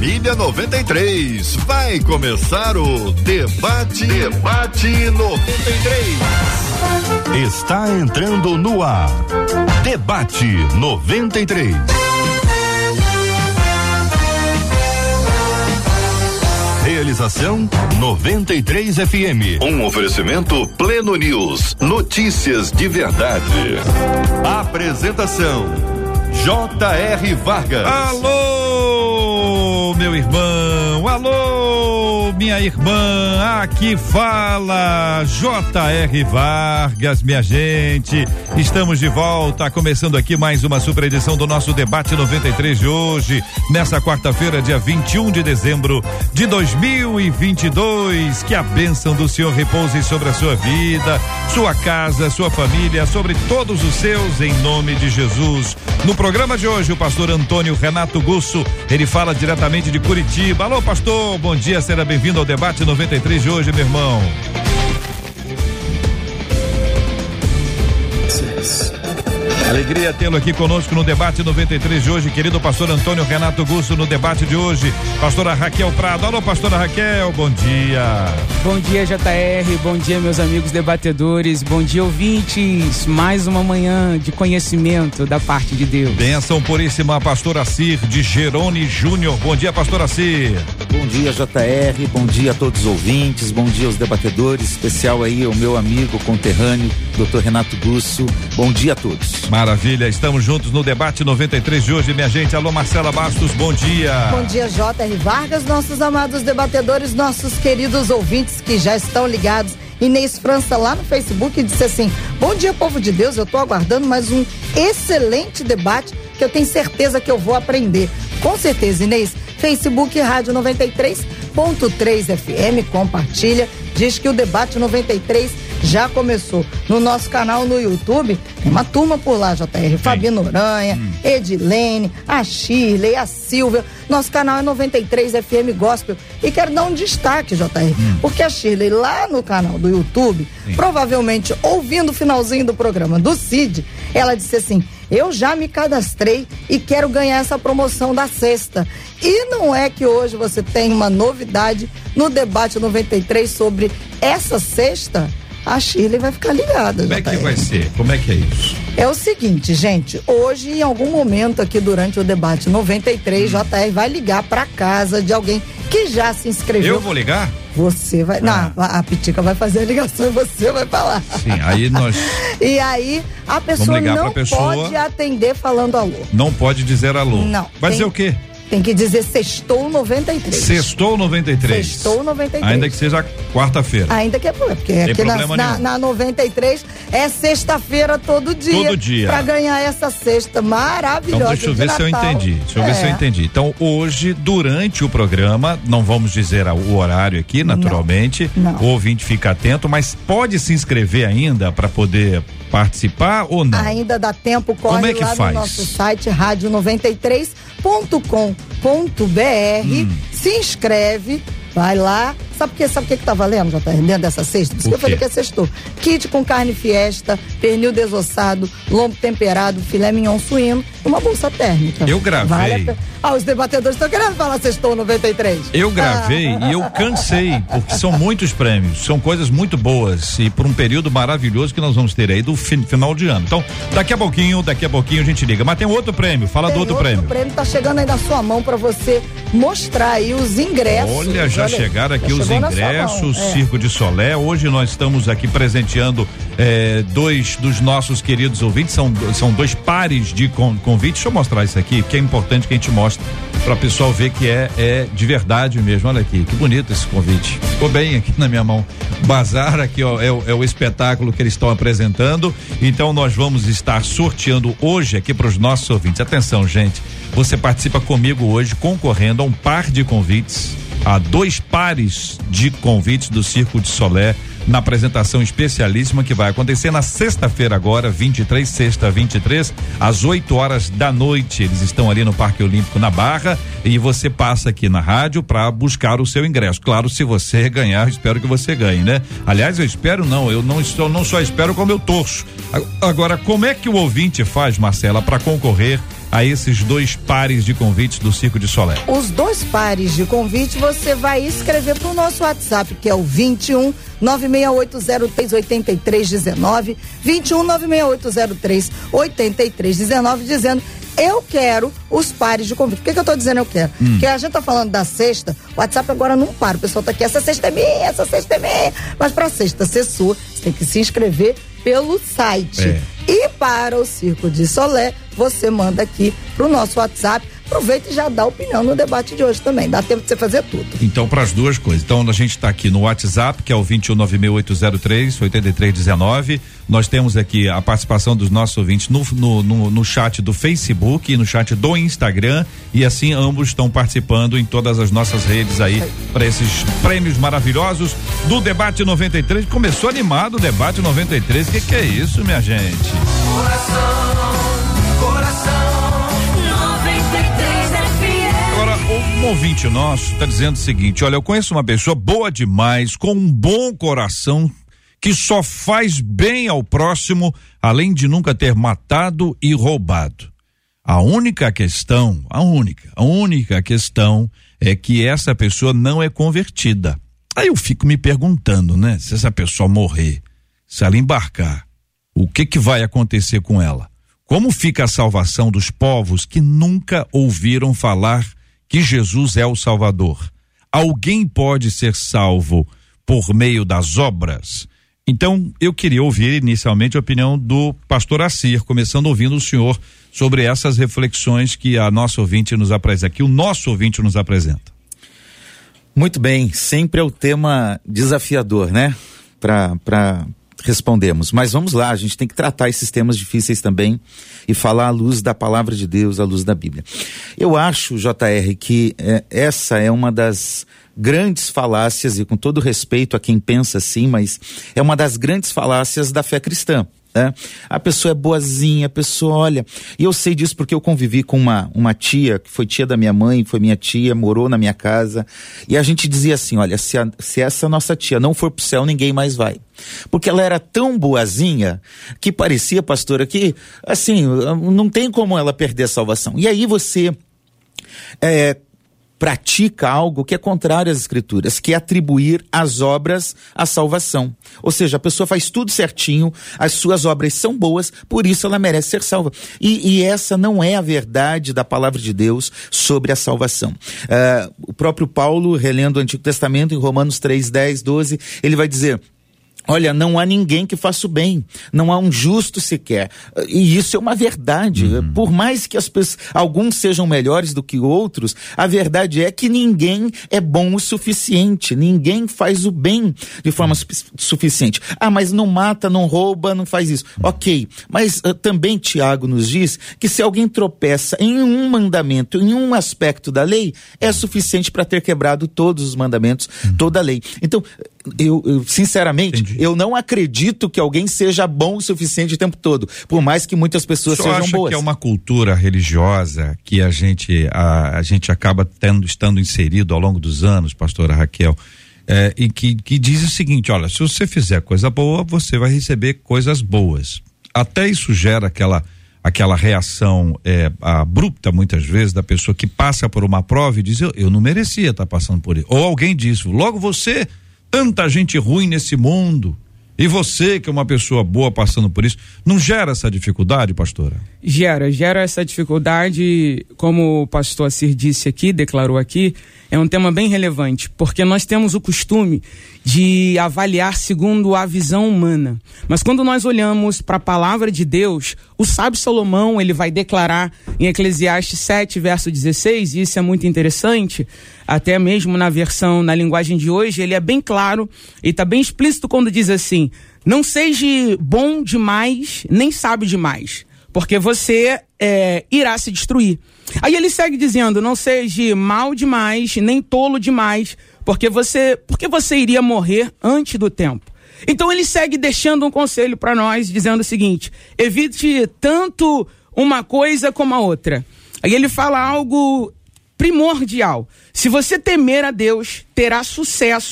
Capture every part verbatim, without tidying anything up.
Família noventa e três. Vai começar o Debate Debate noventa e três. Está entrando no ar. Debate noventa e três. Realização noventa e três F M. Um oferecimento Pleno News. Notícias de verdade. Apresentação J R Vargas. Alô, meu irmão. Alô, minha irmã. Aqui fala J R Vargas, minha gente. Estamos de volta, começando aqui mais uma super edição do nosso Debate noventa e três de hoje, nessa quarta-feira, dia vinte e um de dezembro de dois mil e vinte e dois. Que a bênção do Senhor repouse sobre a sua vida, sua casa, sua família, sobre todos os seus, em nome de Jesus. No programa de hoje, o pastor Antônio Renato Gusso, ele fala diretamente de Curitiba. Alô, pastor, bom dia, seja bem-vindo ao Debate noventa e três de hoje, meu irmão. Alegria tê-lo aqui conosco no Debate noventa e três de hoje, querido pastor Antônio Renato Gusso, no debate de hoje. Pastora Raquel Prado. Alô, pastora Raquel, bom dia. Bom dia, J R, bom dia, meus amigos debatedores, bom dia, ouvintes. Mais uma manhã de conhecimento da parte de Deus. Bênção puríssima, pastora Cir de Gerone Júnior. Bom dia, pastora Cir. Bom dia, J R, bom dia a todos os ouvintes, bom dia aos debatedores, especial aí ao meu amigo conterrâneo, doutor Renato Gusso. Bom dia a todos. Maravilha, estamos juntos no Debate noventa e três de hoje, minha gente. Alô, Marcela Bastos, bom dia. Bom dia, J R Vargas, nossos amados debatedores, nossos queridos ouvintes que já estão ligados. Inês França lá no Facebook disse assim: bom dia, povo de Deus, eu estou aguardando mais um excelente debate que eu tenho certeza que eu vou aprender. Com certeza, Inês. Facebook Rádio noventa e três ponto três F M, compartilha, diz que o Debate noventa e três já começou. No nosso canal no YouTube, tem uma turma por lá, J R, Fabi Noronha, hum. Edilene, a Shirley, a Silvia. Nosso canal é noventa e três F M Gospel. E quero dar um destaque, J R, hum. porque a Shirley lá no canal do YouTube, Sim. provavelmente ouvindo o finalzinho do programa do Cid, ela disse assim: eu já me cadastrei e quero ganhar essa promoção da sexta. E não é que hoje você tem uma novidade no Debate noventa e três sobre essa sexta? A Shirley vai ficar ligada. Como é que vai ser? Como é que é isso? É o seguinte, gente, hoje em algum momento aqui durante o Debate noventa e três, hum. J R vai ligar pra casa de alguém que já se inscreveu. Eu vou ligar? Você vai, ah. não, a Pitica vai fazer a ligação e você vai falar. Sim, aí nós... E aí a pessoa não pessoa, pode atender falando alô. Não pode dizer alô. Não. Vai tem... dizer o quê? Tem que dizer Sextou noventa e três. Sextou noventa e três. Sextou noventa e três. Ainda que seja quarta-feira. Ainda que é, porque aqui na, na, na noventa e três é sexta-feira todo dia. Todo dia. Pra ganhar essa cesta maravilhosa. Então deixa eu ver se eu entendi. Deixa eu é. ver se eu entendi. Então hoje, durante o programa, não vamos dizer o horário aqui, naturalmente. Não, não. O ouvinte fica atento, mas pode se inscrever ainda para poder participar ou não? Ainda dá tempo, corre Como é que lá faz? no nosso site rádio noventa e três ponto com ponto b r, hum. se inscreve, vai lá. Sabe o que, sabe o que que tá valendo, já tá dentro dessa cesta? Por isso que eu falei que é sextou. Kit com carne fiesta, pernil desossado, lombo temperado, filé mignon suíno, uma bolsa térmica. Eu gravei. Vale ah, os debatedores estão querendo falar sextou noventa e três. Eu gravei ah. e eu cansei, porque são muitos prêmios, são coisas muito boas e por um período maravilhoso que nós vamos ter aí do fin, final de ano. Então, daqui a pouquinho, daqui a pouquinho a gente liga. Mas tem um outro prêmio, fala tem do outro, outro prêmio. O prêmio tá chegando aí na sua mão para você mostrar aí os ingressos. Olha, já Olha, chegaram aqui já os ingressos, é. Circo de Solé. Hoje nós estamos aqui presenteando é, dois dos nossos queridos ouvintes, são, são dois pares de con, convites. Deixa eu mostrar isso aqui, que é importante que a gente mostre para o pessoal ver que é, é de verdade mesmo. Olha aqui, que bonito esse convite. Ficou bem aqui na minha mão. Bazar aqui, ó, é, é o espetáculo que eles estão apresentando. Então nós vamos estar sorteando hoje aqui para os nossos ouvintes. Atenção, gente, você participa comigo hoje concorrendo a um par de convites, a dois pares de convites do Circo de Solé, na apresentação especialíssima que vai acontecer na sexta-feira agora, vinte e três, sexta vinte e três, às oito horas da noite. Eles estão ali no Parque Olímpico na Barra e você passa aqui na rádio para buscar o seu ingresso. Claro, se você ganhar, eu espero que você ganhe, né? Aliás, eu espero não, eu não estou, não só espero como eu torço. Agora, como é que o ouvinte faz, Marcela, para concorrer a esses dois pares de convites do Circo de Solé? Os dois pares de convite você vai escrever pro nosso WhatsApp, que é o vinte e um, nove seis oito zero três, oito três um nove, vinte e um, nove seis oito zero três, oito três um nove, dizendo: eu quero os pares de convite. Por que que eu tô dizendo eu quero? Hum. Porque a gente tá falando da sexta, o WhatsApp agora não para, o pessoal tá aqui, essa sexta é minha, essa sexta é minha, mas pra sexta ser sua, você tem que se inscrever pelo site. É. E para o Circo de Solé, você manda aqui pro nosso WhatsApp. Aproveita e já dá opinião no debate de hoje também. Dá tempo de você fazer tudo. Então, para as duas coisas. Então, a gente está aqui no WhatsApp, que é o vinte e um, nove seis oito zero três, oito três um nove. Nós temos aqui a participação dos nossos ouvintes no, no, no, no chat do Facebook e no chat do Instagram. E assim, ambos estão participando em todas as nossas redes aí para esses prêmios maravilhosos do Debate noventa e três. Começou animado o Debate noventa e três. O que, que é isso, minha gente? Coração, coração. Agora, um ouvinte nosso está dizendo o seguinte: olha, eu conheço uma pessoa boa demais, com um bom coração, que só faz bem ao próximo, além de nunca ter matado e roubado. A única questão, a única, a única questão é que essa pessoa não é convertida. Aí eu fico me perguntando, né? Se essa pessoa morrer, se ela embarcar, o que que vai acontecer com ela? Como fica a salvação dos povos que nunca ouviram falar que Jesus é o Salvador? Alguém pode ser salvo por meio das obras? Então, eu queria ouvir inicialmente a opinião do pastor Assir, começando ouvindo o senhor sobre essas reflexões que a nossa ouvinte nos apresenta, que o nosso ouvinte nos apresenta. Muito bem, sempre é o tema desafiador, né? Para para respondermos, mas vamos lá, a gente tem que tratar esses temas difíceis também e falar à luz da palavra de Deus, à luz da Bíblia. Eu acho, J R, que é, essa é uma das grandes falácias, e com todo respeito a quem pensa assim, mas é uma das grandes falácias da fé cristã. É. A pessoa é boazinha, a pessoa olha, e eu sei disso porque eu convivi com uma, uma tia, que foi tia da minha mãe, foi minha tia, morou na minha casa, e a gente dizia assim, olha, se, a, se essa nossa tia não for pro céu, ninguém mais vai, porque ela era tão boazinha, que parecia, pastora, que assim, não tem como ela perder a salvação. E aí você é, pratica algo que é contrário às escrituras, que é atribuir as obras à salvação. Ou seja, a pessoa faz tudo certinho, as suas obras são boas, por isso ela merece ser salva. E, e essa não é a verdade da palavra de Deus sobre a salvação. Uh, o próprio Paulo, relendo o Antigo Testamento, em Romanos três, dez, doze, ele vai dizer: olha, não há ninguém que faça o bem, não há um justo sequer, e isso é uma verdade. Uhum. Por mais que as pessoas, alguns sejam melhores do que outros, a verdade é que ninguém é bom o suficiente, ninguém faz o bem de forma su- suficiente. Ah, mas não mata, não rouba, não faz isso. Uhum. Ok, mas uh, também Tiago nos diz que se alguém tropeça em um mandamento, em um aspecto da lei, é suficiente para ter quebrado todos os mandamentos, uhum. toda a lei. Então, eu, eu sinceramente, Entendi. eu não acredito que alguém seja bom o suficiente o tempo todo, por mais que muitas pessoas sejam boas. Acha que é uma cultura religiosa que a gente a, a gente acaba tendo, estando inserido ao longo dos anos, pastora Raquel, é, e que, que diz o seguinte: olha, se você fizer coisa boa, você vai receber coisas boas. Até isso gera aquela aquela reação é, abrupta, muitas vezes, da pessoa que passa por uma prova e diz, eu, eu não merecia estar passando por isso. Ou alguém diz, logo você, tanta gente ruim nesse mundo, e você que é uma pessoa boa passando por isso, não gera essa dificuldade, pastora? Gera, gera essa dificuldade, como o pastor Assir disse aqui, declarou aqui, é um tema bem relevante, porque nós temos o costume de avaliar segundo a visão humana. Mas quando nós olhamos para a palavra de Deus, o sábio Salomão, ele vai declarar em Eclesiastes sete, verso dezesseis, e isso é muito interessante, até mesmo na versão, na linguagem de hoje, ele é bem claro e está bem explícito quando diz assim: não seja bom demais, nem sábio demais, porque você é, irá se destruir. Aí ele segue dizendo, não seja mal demais, nem tolo demais, porque você, porque você iria morrer antes do tempo. Então ele segue deixando um conselho para nós, dizendo o seguinte: evite tanto uma coisa como a outra. Aí ele fala algo primordial: se você temer a Deus, terá sucesso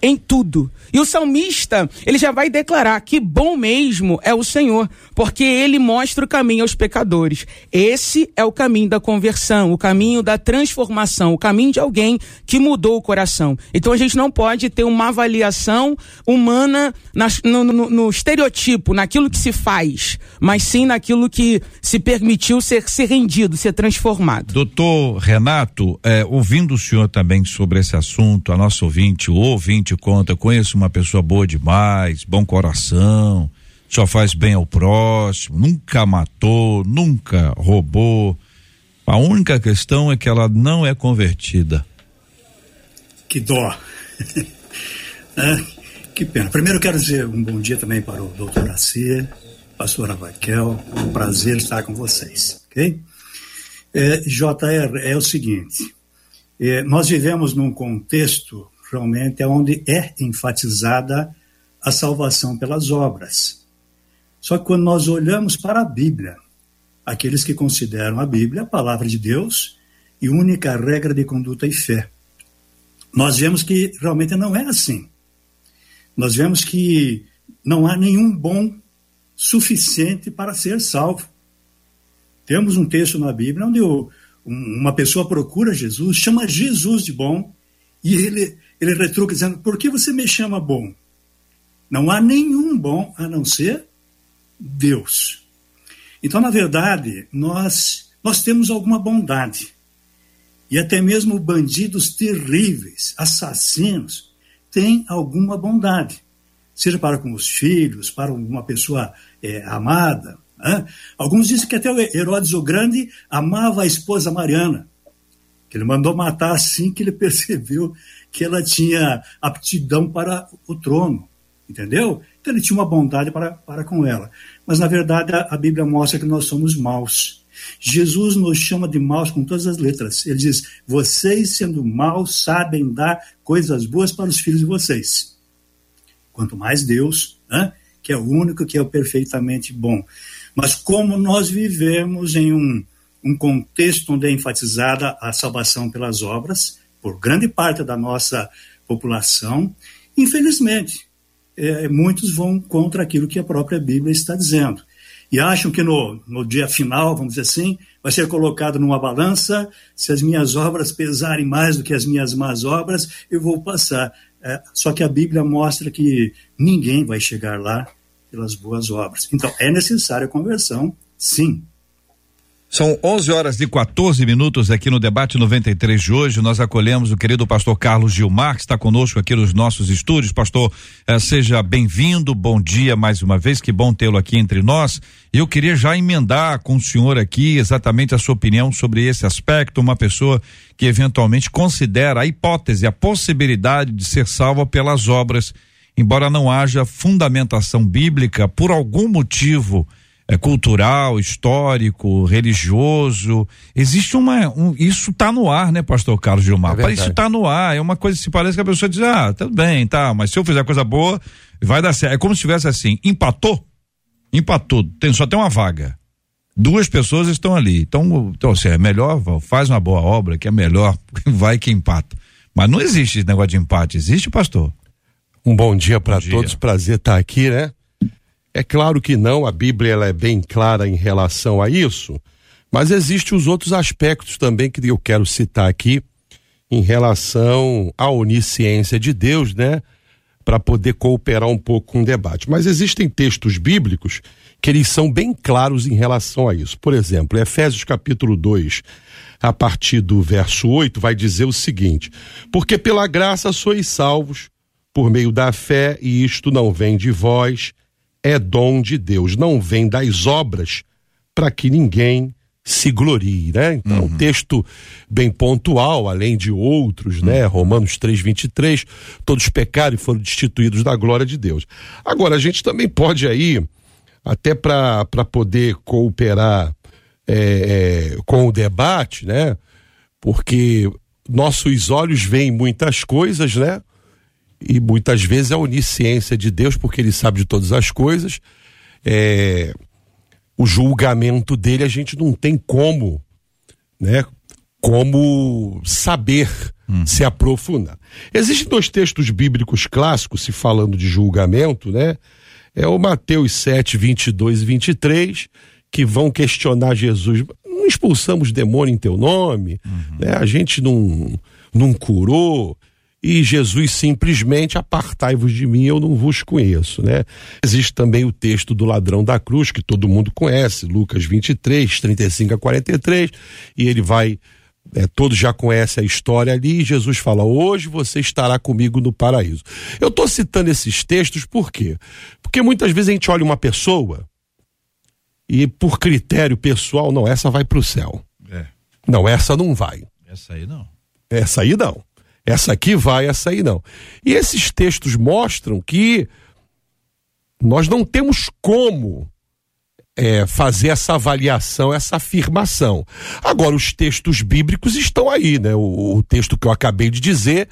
em tudo. E o salmista, ele já vai declarar que bom mesmo é o Senhor, porque ele mostra o caminho aos pecadores. Esse é o caminho da conversão, o caminho da transformação, o caminho de alguém que mudou o coração. Então a gente não pode ter uma avaliação humana na, no, no, no estereotipo, naquilo que se faz, mas sim naquilo que se permitiu ser, ser rendido, ser transformado. Doutor Renato, é, ouvindo o senhor também sobre esse assunto, a nossa ouvinte, o ouvinte conta, conheço uma pessoa boa demais, bom coração, só faz bem ao próximo, nunca matou, nunca roubou. A única questão é que ela não é convertida. Que dó. É, que pena. Primeiro eu quero dizer um bom dia também para o doutor Assi, pastora Raquel, é um prazer estar com vocês, ok? É, J R, é o seguinte, é, nós vivemos num contexto realmente onde é enfatizada a salvação pelas obras. Só que quando nós olhamos para a Bíblia, aqueles que consideram a Bíblia a palavra de Deus e única regra de conduta e fé, nós vemos que realmente não é assim. Nós vemos que não há nenhum bom suficiente para ser salvo. Temos um texto na Bíblia onde o, um, uma pessoa procura Jesus, chama Jesus de bom, e ele, ele retruca dizendo, por que você me chama bom? Não há nenhum bom a não ser Deus. Então, na verdade, nós, nós temos alguma bondade. E até mesmo bandidos terríveis, assassinos, têm alguma bondade. Seja para com os filhos, para uma pessoa é, amada. Né? Alguns dizem que até o Herodes o Grande amava a esposa Mariana, que ele mandou matar assim que ele percebeu que ela tinha aptidão para o trono. Entendeu? Então ele tinha uma bondade para, para com ela. Mas, na verdade, a, a Bíblia mostra que nós somos maus. Jesus nos chama de maus com todas as letras. Ele diz, vocês, sendo maus, sabem dar coisas boas para os filhos de vocês. Quanto mais Deus, né, que é o único que é o perfeitamente bom. Mas como nós vivemos em um, um contexto onde é enfatizada a salvação pelas obras, por grande parte da nossa população, infelizmente, é, muitos vão contra aquilo que a própria Bíblia está dizendo. E acham que no, no dia final, vamos dizer assim, vai ser colocado numa balança, se as minhas obras pesarem mais do que as minhas más obras, eu vou passar. É, só que a Bíblia mostra que ninguém vai chegar lá pelas boas obras. Então, é necessária a conversão, sim. São onze horas e quatorze minutos aqui no Debate noventa e três de hoje. Nós acolhemos o querido pastor Carlos Gilmar, que está conosco aqui nos nossos estúdios. Pastor, eh, seja bem-vindo, bom dia mais uma vez, que bom tê-lo aqui entre nós. Eu queria já emendar com o senhor aqui exatamente a sua opinião sobre esse aspecto, uma pessoa que eventualmente considera a hipótese, a possibilidade de ser salva pelas obras, embora não haja fundamentação bíblica, por algum motivo é, cultural, histórico, religioso. Existe uma, um, isso está no ar, né, pastor Carlos Gilmar? É isso está no ar, é uma coisa que se parece que a pessoa diz, ah, tudo bem, tá, mas se eu fizer coisa boa, vai dar certo. É como se tivesse assim, empatou, empatou, tem, só tem uma vaga. Duas pessoas estão ali, então, então assim, é melhor, faz uma boa obra, que é melhor, vai que empata. Mas não existe esse negócio de empate, existe, pastor? Um bom dia para todos, prazer estar aqui, né? É claro que não, a Bíblia ela é bem clara em relação a isso, mas existem os outros aspectos também que eu quero citar aqui em relação à onisciência de Deus, né? Para poder cooperar um pouco com o debate. Mas existem textos bíblicos que eles são bem claros em relação a isso. Por exemplo, Efésios capítulo dois, a partir do verso oito, vai dizer o seguinte: porque pela graça sois salvos por meio da fé, e isto não vem de vós, é dom de Deus, não vem das obras, para que ninguém se glorie, né? Então, uhum. um texto bem pontual, além de outros, uhum. né? Romanos três, vinte e três, todos pecaram e foram destituídos da glória de Deus. Agora, a gente também pode aí, até para para poder cooperar é, é, com o debate, né? Porque nossos olhos veem muitas coisas, né? E muitas vezes a onisciência de Deus, porque ele sabe de todas as coisas, é, o julgamento dele a gente não tem como, né, como saber hum. se aprofundar. Existem dois textos bíblicos clássicos, se falando de julgamento, né? É o Mateus sete, vinte e dois e vinte e três, que vão questionar Jesus. Não expulsamos demônio em teu nome, uhum. né? A gente não, não curou, e Jesus simplesmente: apartai-vos de mim, eu não vos conheço, né? Existe também o texto do ladrão da cruz, que todo mundo conhece, Lucas vinte e três, trinta e cinco a quarenta e três, e ele vai, é, todos já conhecem a história ali, e Jesus fala: hoje você estará comigo no paraíso. Eu estou citando esses textos por quê? Porque muitas vezes a gente olha uma pessoa e, por critério pessoal, não, essa vai para o céu. É. Não, essa não vai. Essa aí não. Essa aí não. Essa aqui vai, essa aí não. E esses textos mostram que nós não temos como é, fazer essa avaliação, essa afirmação. Agora, os textos bíblicos estão aí, né? O, o texto que eu acabei de dizer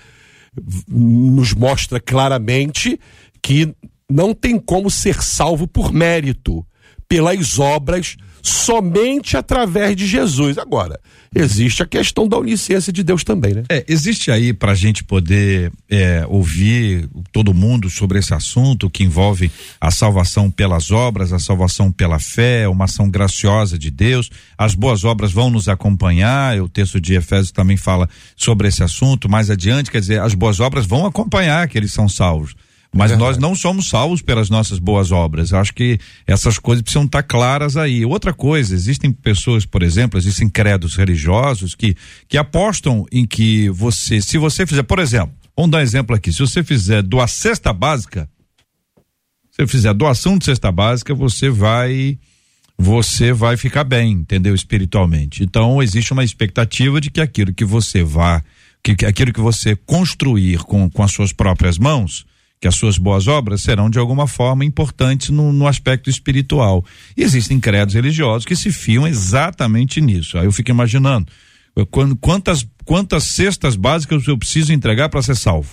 nos mostra claramente que não tem como ser salvo por mérito, pelas obras, somente através de Jesus. Agora, existe a questão da onisciência de Deus também, né? É, existe aí, para a gente poder é, ouvir todo mundo sobre esse assunto que envolve a salvação pelas obras, a salvação pela fé, uma ação graciosa de Deus. As boas obras vão nos acompanhar. O texto de Efésios também fala sobre esse assunto mais adiante. Quer dizer, as boas obras vão acompanhar que eles são salvos. Mas é nós não somos salvos pelas nossas boas obras. Eu acho que essas coisas precisam estar claras aí. Outra coisa, existem pessoas, por exemplo, existem credos religiosos que, que apostam em que você, se você fizer, por exemplo, vamos dar um exemplo aqui, se você fizer doar cesta básica, se você fizer doação de cesta básica, você vai, você vai ficar bem, entendeu? Espiritualmente. Então, existe uma expectativa de que aquilo que você vá, que, que aquilo que você construir com, com as suas próprias mãos, que as suas boas obras serão de alguma forma importantes no, no aspecto espiritual. E existem credos religiosos que se fiam exatamente nisso. Aí eu fico imaginando, eu, quando, quantas, quantas cestas básicas eu preciso entregar para ser salvo?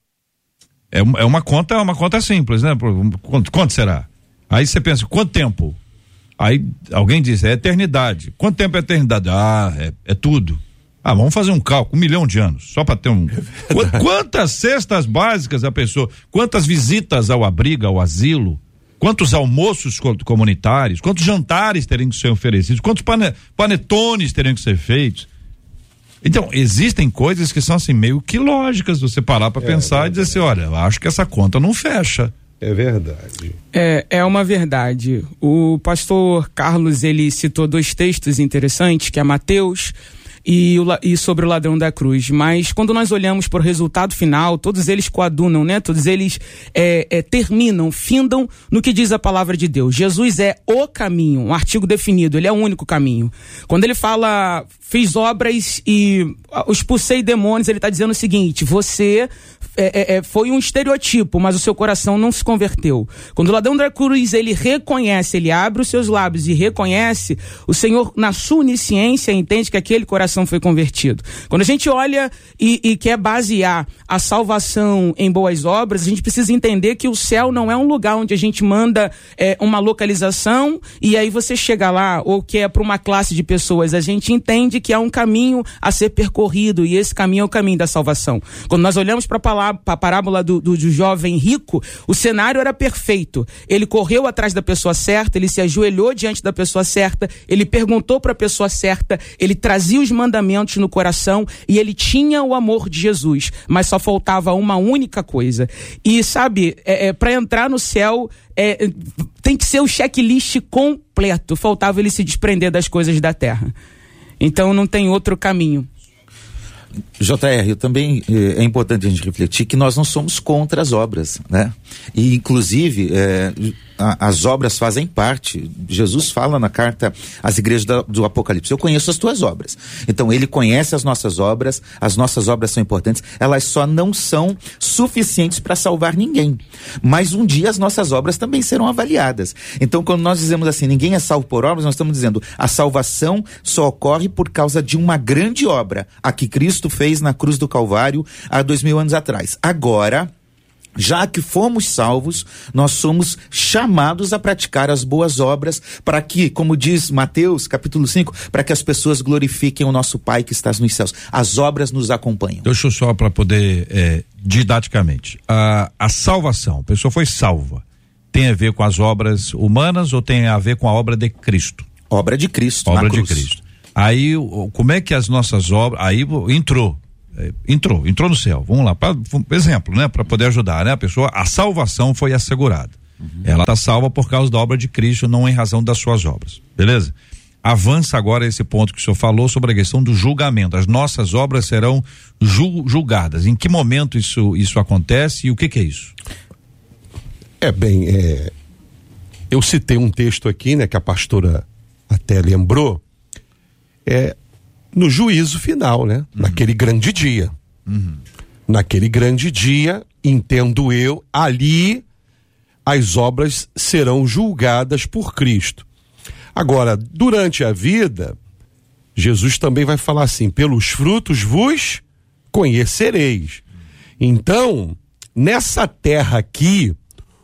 É, é uma conta, é uma conta simples, né? Quanto, quanto será? Aí você pensa, quanto tempo? Aí alguém diz, é eternidade. Quanto tempo é eternidade? Ah, é, é tudo. Ah, vamos fazer um cálculo, um milhão de anos, só para ter um... É quantas cestas básicas a pessoa, quantas visitas ao abrigo, ao asilo, quantos almoços comunitários, quantos jantares teriam que ser oferecidos, quantos pane, panetones teriam que ser feitos. Então, existem coisas que são assim meio que lógicas, você parar para é, pensar é e dizer assim, olha, eu acho que essa conta não fecha. É verdade. É, é uma verdade. O pastor Carlos, ele citou dois textos interessantes, que é Mateus E, o, e sobre o ladrão da cruz, mas quando nós olhamos para o resultado final, todos eles coadunam, né? Todos eles é, é, terminam, findam no que diz a palavra de Deus. Jesus é o caminho, um artigo definido, ele é o único caminho. Quando ele fala, fiz obras e expulsei demônios, ele está dizendo o seguinte, você é, é, foi um estereotipo, mas o seu coração não se converteu. Quando o ladrão da cruz, ele reconhece, ele abre os seus lábios e reconhece, o Senhor, na sua onisciência, entende que aquele coração foi convertido. Quando a gente olha e, e quer basear a salvação em boas obras, a gente precisa entender que o céu não é um lugar onde a gente manda é, uma localização e aí você chega lá, ou que é para uma classe de pessoas. A gente entende que há um caminho a ser percorrido e esse caminho é o caminho da salvação. Quando nós olhamos para a parábola do, do, do jovem rico, o cenário era perfeito. Ele correu atrás da pessoa certa, ele se ajoelhou diante da pessoa certa, ele perguntou para a pessoa certa, ele trazia os mandamentos no coração e ele tinha o amor de Jesus, mas só faltava uma única coisa. E sabe, é, é, para entrar no céu é, tem que ser o checklist completo, faltava ele se desprender das coisas da terra. Então não tem outro caminho. J R, também eh, é importante a gente refletir que nós não somos contra as obras, né? E inclusive eh, a, as obras fazem parte. Jesus fala na carta às igrejas da, do Apocalipse, eu conheço as tuas obras. Então ele conhece as nossas obras, as nossas obras são importantes, elas só não são suficientes para salvar ninguém. Mas um dia as nossas obras também serão avaliadas. Então quando nós dizemos assim, ninguém é salvo por obras, nós estamos dizendo, a salvação só ocorre por causa de uma grande obra, a que Cristo fez na cruz do Calvário há dois mil anos atrás. Agora, Já que fomos salvos, nós somos chamados a praticar as boas obras para que, como diz Mateus capítulo cinco, para que as pessoas glorifiquem o nosso Pai que estás nos céus. As obras nos acompanham. Deixa eu só para poder, é, didaticamente, a, a salvação, a pessoa foi salva, tem a ver com as obras humanas ou tem a ver com a obra de Cristo? Obra de Cristo, obra na de cruz. Cristo. Aí, como é que as nossas obras, aí entrou, entrou, entrou no céu, vamos lá, pra, exemplo, né, para poder ajudar, né, a pessoa, a salvação foi assegurada, uhum. Ela está salva por causa da obra de Cristo, não em razão das suas obras, beleza? Avança agora esse ponto que o senhor falou sobre a questão do julgamento, as nossas obras serão jul, julgadas, em que momento isso, isso acontece e o que que é isso? É bem, é, eu citei um texto aqui, né, que a pastora até lembrou, é no juízo final, né? Uhum. Naquele grande dia. Uhum. Naquele grande dia, entendo eu, ali as obras serão julgadas por Cristo. Agora, durante a vida, Jesus também vai falar assim: pelos frutos vos conhecereis. Então, nessa terra aqui,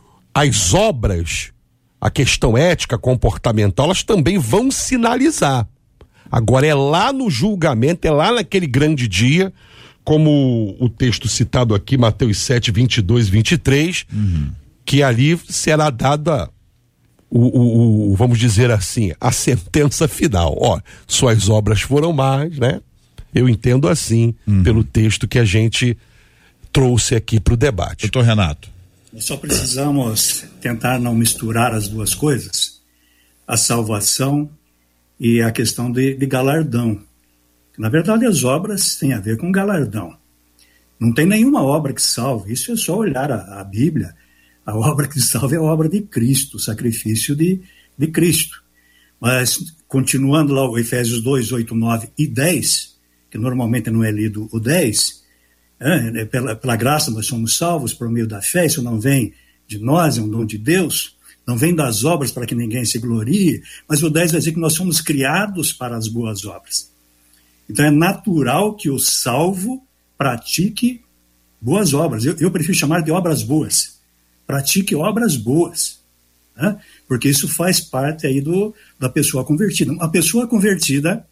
as obras, a questão ética, comportamental, elas também vão sinalizar. Agora é lá no julgamento, é lá naquele grande dia, como o texto citado aqui, Mateus sete, vinte e dois, vinte e três, uhum. que ali será dada o, o, o, vamos dizer assim, a sentença final. Ó, suas obras foram más, né? Eu entendo assim, uhum. pelo texto que a gente trouxe aqui para o debate. Doutor Renato. Nós só precisamos tentar não misturar as duas coisas, a salvação e a questão de, de galardão. Na verdade, as obras têm a ver com galardão. Não tem nenhuma obra que salve, isso é só olhar a, a Bíblia. A obra que salve é a obra de Cristo, o sacrifício de, de Cristo. Mas, continuando lá o Efésios dois, oito, nove e dez, que normalmente não é lido o dez, é, é pela, pela graça nós somos salvos por meio da fé, isso não vem de nós, é um dom de Deus, não vem das obras para que ninguém se glorie, mas o dez vai dizer que nós somos criados para as boas obras. Então é natural que o salvo pratique boas obras. Eu, eu prefiro chamar de obras boas. Pratique obras boas. Né? Porque isso faz parte aí do, da pessoa convertida. A pessoa convertida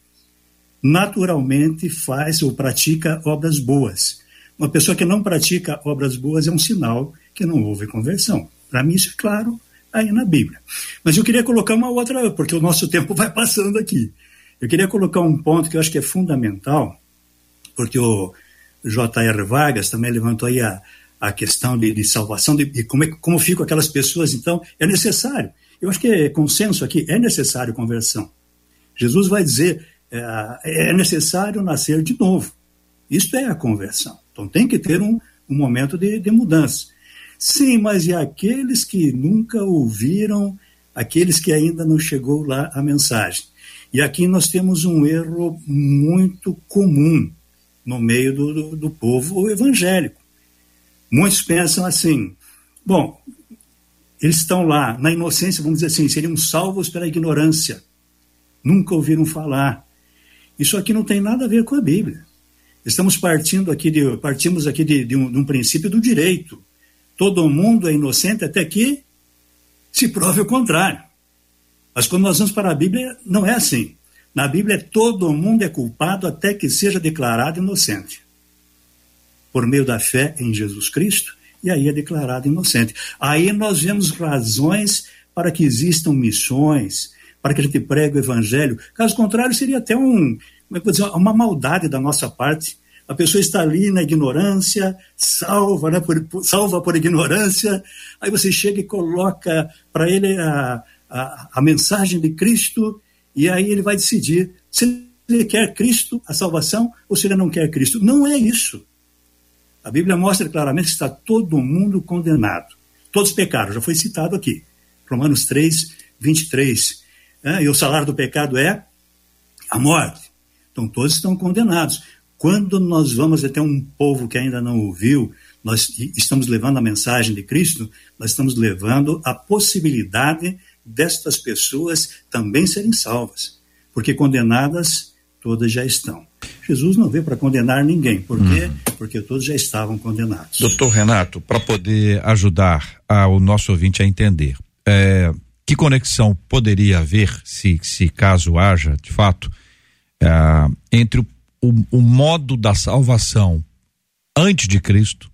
naturalmente faz ou pratica obras boas. Uma pessoa que não pratica obras boas é um sinal que não houve conversão. Para mim isso é claro aí na Bíblia. Mas eu queria colocar uma outra, porque o nosso tempo vai passando aqui. Eu queria colocar um ponto que eu acho que é fundamental, porque o J R Vargas também levantou aí a, a questão de, de salvação, de, de como, é, como ficam aquelas pessoas. Então, é necessário. Eu acho que é consenso aqui, é necessário conversão. Jesus vai dizer, é, é necessário nascer de novo. Isso é a conversão. Então, tem que ter um, um momento de, de mudança. Sim, mas e aqueles que nunca ouviram, aqueles que ainda não chegou lá a mensagem? E aqui nós temos um erro muito comum no meio do, do, do povo evangélico. Muitos pensam assim, bom, eles estão lá na inocência, vamos dizer assim, seriam salvos pela ignorância. Nunca ouviram falar. Isso aqui não tem nada a ver com a Bíblia. Estamos partindo aqui de, partimos aqui de, de, um, de um princípio do direito. Todo mundo é inocente até que se prove o contrário. Mas quando nós vamos para a Bíblia, não é assim. Na Bíblia, todo mundo é culpado até que seja declarado inocente. Por meio da fé em Jesus Cristo, e aí é declarado inocente. Aí nós vemos razões para que existam missões, para que a gente pregue o evangelho. Caso contrário, seria até um, como é que eu vou dizer, uma maldade da nossa parte. A pessoa está ali na ignorância, salva, né, por, salva por ignorância, aí você chega e coloca para ele a, a, a mensagem de Cristo, e aí ele vai decidir se ele quer Cristo, a salvação, ou se ele não quer Cristo. Não é isso. A Bíblia mostra claramente que está todo mundo condenado. Todos pecaram, já foi citado aqui. Romanos três, vinte e três. É, e o salário do pecado é a morte. Então todos estão condenados. Quando nós vamos até um povo que ainda não ouviu, nós estamos levando a mensagem de Cristo, nós estamos levando a possibilidade destas pessoas também serem salvas, porque condenadas todas já estão. Jesus não veio para condenar ninguém. Por quê? Hum. Porque todos já estavam condenados. Doutor Renato, para poder ajudar a, o nosso ouvinte a entender, é, que conexão poderia haver, se, se caso haja, de fato, é, entre o, o, o modo da salvação antes de Cristo,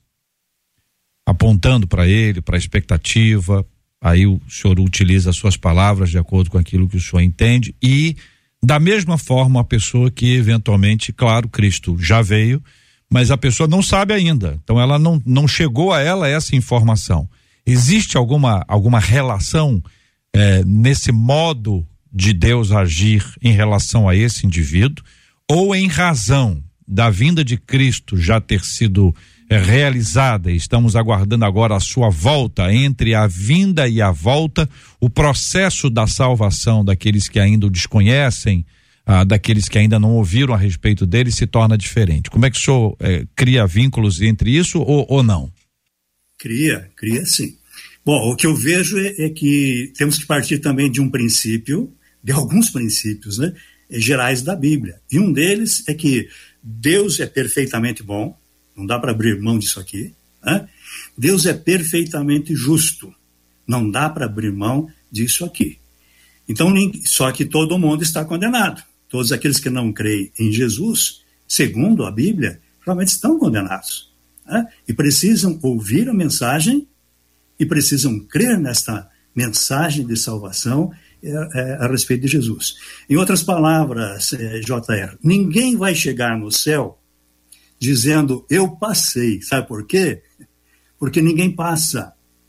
apontando para ele, para a expectativa, aí o senhor utiliza as suas palavras de acordo com aquilo que o senhor entende, e da mesma forma a pessoa que eventualmente, claro, Cristo já veio, mas a pessoa não sabe ainda, então ela não, não chegou a ela essa informação. Existe alguma, alguma relação eh, nesse modo de Deus agir em relação a esse indivíduo, ou em razão da vinda de Cristo já ter sido é, realizada, e estamos aguardando agora a sua volta, entre a vinda e a volta, o processo da salvação daqueles que ainda o desconhecem, ah, daqueles que ainda não ouviram a respeito dele, se torna diferente. Como é que o senhor é, cria vínculos entre isso ou, ou não? Cria, cria sim. Bom, o que eu vejo é, é que temos que partir também de um princípio, de alguns princípios, né, gerais da Bíblia. E um deles é que Deus é perfeitamente bom, não dá para abrir mão disso aqui. Né? Deus é perfeitamente justo, não dá para abrir mão disso aqui. Então, só que todo mundo está condenado. Todos aqueles que não creem em Jesus, segundo a Bíblia, realmente estão condenados. Né? E precisam ouvir a mensagem e precisam crer nesta mensagem de salvação é, é, a respeito de Jesus. Em outras palavras, é, J R, ninguém vai chegar no céu dizendo, eu passei. Sabe por quê? Porque ninguém passa.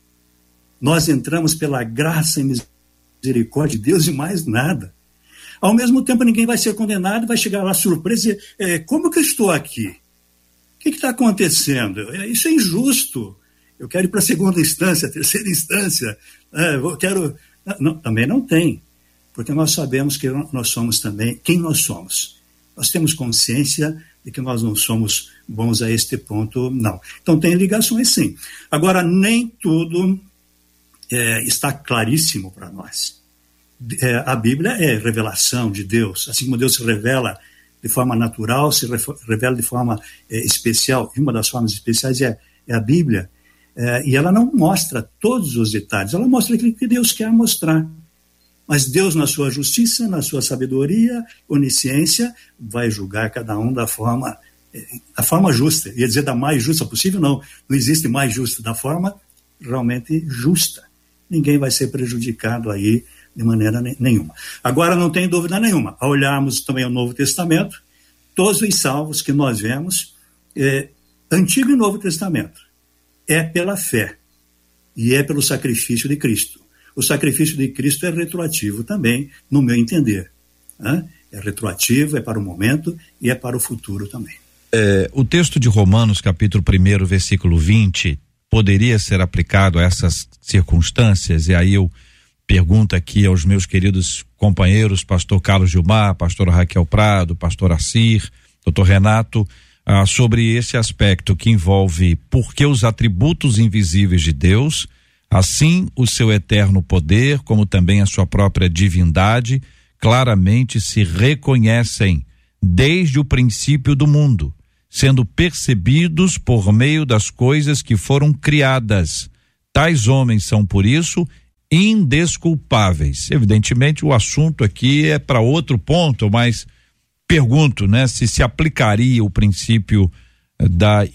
Nós entramos pela graça e misericórdia de Deus e mais nada. Ao mesmo tempo, ninguém vai ser condenado, vai chegar lá surpreso e é, como que eu estou aqui? O que está acontecendo? Isso é injusto. Eu quero ir para a segunda instância, terceira instância. É, eu quero... Não, também não tem, porque nós sabemos que nós somos também quem nós somos. Nós temos consciência de que nós não somos bons a este ponto, não. Então tem ligações sim. Agora, nem tudo é, está claríssimo para nós. É, a Bíblia é revelação de Deus, assim como Deus se revela de forma natural, se revela de forma é, especial, e uma das formas especiais é, é a Bíblia, é, e ela não mostra todos os detalhes, ela mostra aquilo que Deus quer mostrar. Mas Deus, na sua justiça, na sua sabedoria, onisciência, vai julgar cada um da forma, da forma justa. Ia dizer da mais justa possível, não. Não existe mais justa, da forma realmente justa. Ninguém vai ser prejudicado aí de maneira nenhuma. Agora, não tem dúvida nenhuma, ao olharmos também o Novo Testamento, todos os salvos que nós vemos, é, Antigo e Novo Testamento, é pela fé e é pelo sacrifício de Cristo. O sacrifício de Cristo é retroativo também, no meu entender. Né? É retroativo, é para o momento e é para o futuro também. É, o texto de Romanos, capítulo primeiro, versículo vinte, poderia ser aplicado a essas circunstâncias? E aí eu pergunto aqui aos meus queridos companheiros, pastor Carlos Gilmar, pastor Raquel Prado, pastor Assir, doutor Renato, ah, sobre esse aspecto que envolve porque os atributos invisíveis de Deus, assim o seu eterno poder, como também a sua própria divindade, claramente se reconhecem desde o princípio do mundo, sendo percebidos por meio das coisas que foram criadas. Tais homens são, por isso, indesculpáveis. Evidentemente, o assunto aqui é para outro ponto, mas pergunto, né, se se aplicaria o princípio da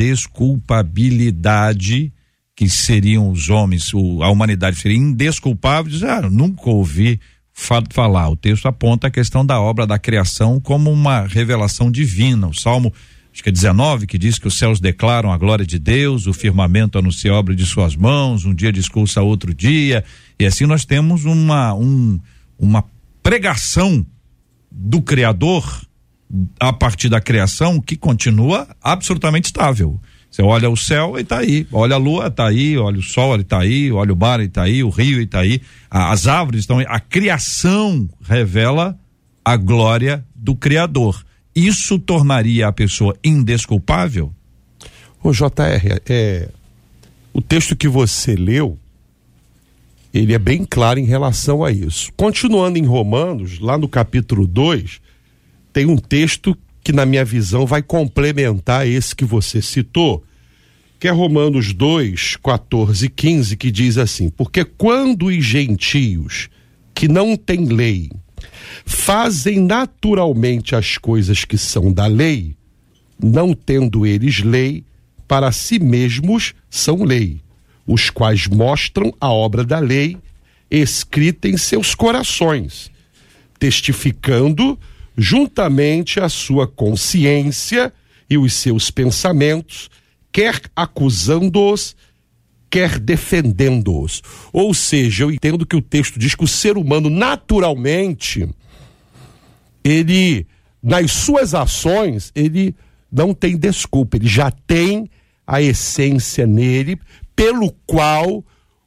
indesculpabilidade, que seriam os homens, o, a humanidade seria indesculpável. Diz, ah, nunca ouvi fa- falar. O texto aponta a questão da obra da criação como uma revelação divina. O Salmo, acho que é dezenove, que diz que os céus declaram a glória de Deus, o firmamento anuncia a obra de suas mãos, um dia discursa outro dia, e assim nós temos uma, um, uma pregação do Criador a partir da criação que continua absolutamente estável. Você olha o céu e está aí, olha a lua, está aí, olha o sol, ele está aí, olha o mar, ele está aí, o rio está aí, as árvores estão aí. A criação revela a glória do Criador. Isso tornaria a pessoa indesculpável? Ô J R, é, o texto que você leu, ele é bem claro em relação a isso. Continuando em Romanos, lá no capítulo dois, tem um texto que na minha visão vai complementar esse que você citou, que é Romanos dois, quatorze e quinze, que diz assim: porque quando os gentios que não têm lei fazem naturalmente as coisas que são da lei, não tendo eles lei, para si mesmos são lei, os quais mostram a obra da lei escrita em seus corações, testificando juntamente a sua consciência e os seus pensamentos, quer acusando-os, quer defendendo-os. Ou seja, eu entendo que o texto diz que o ser humano naturalmente, ele, nas suas ações, ele não tem desculpa, ele já tem a essência nele, pelo qual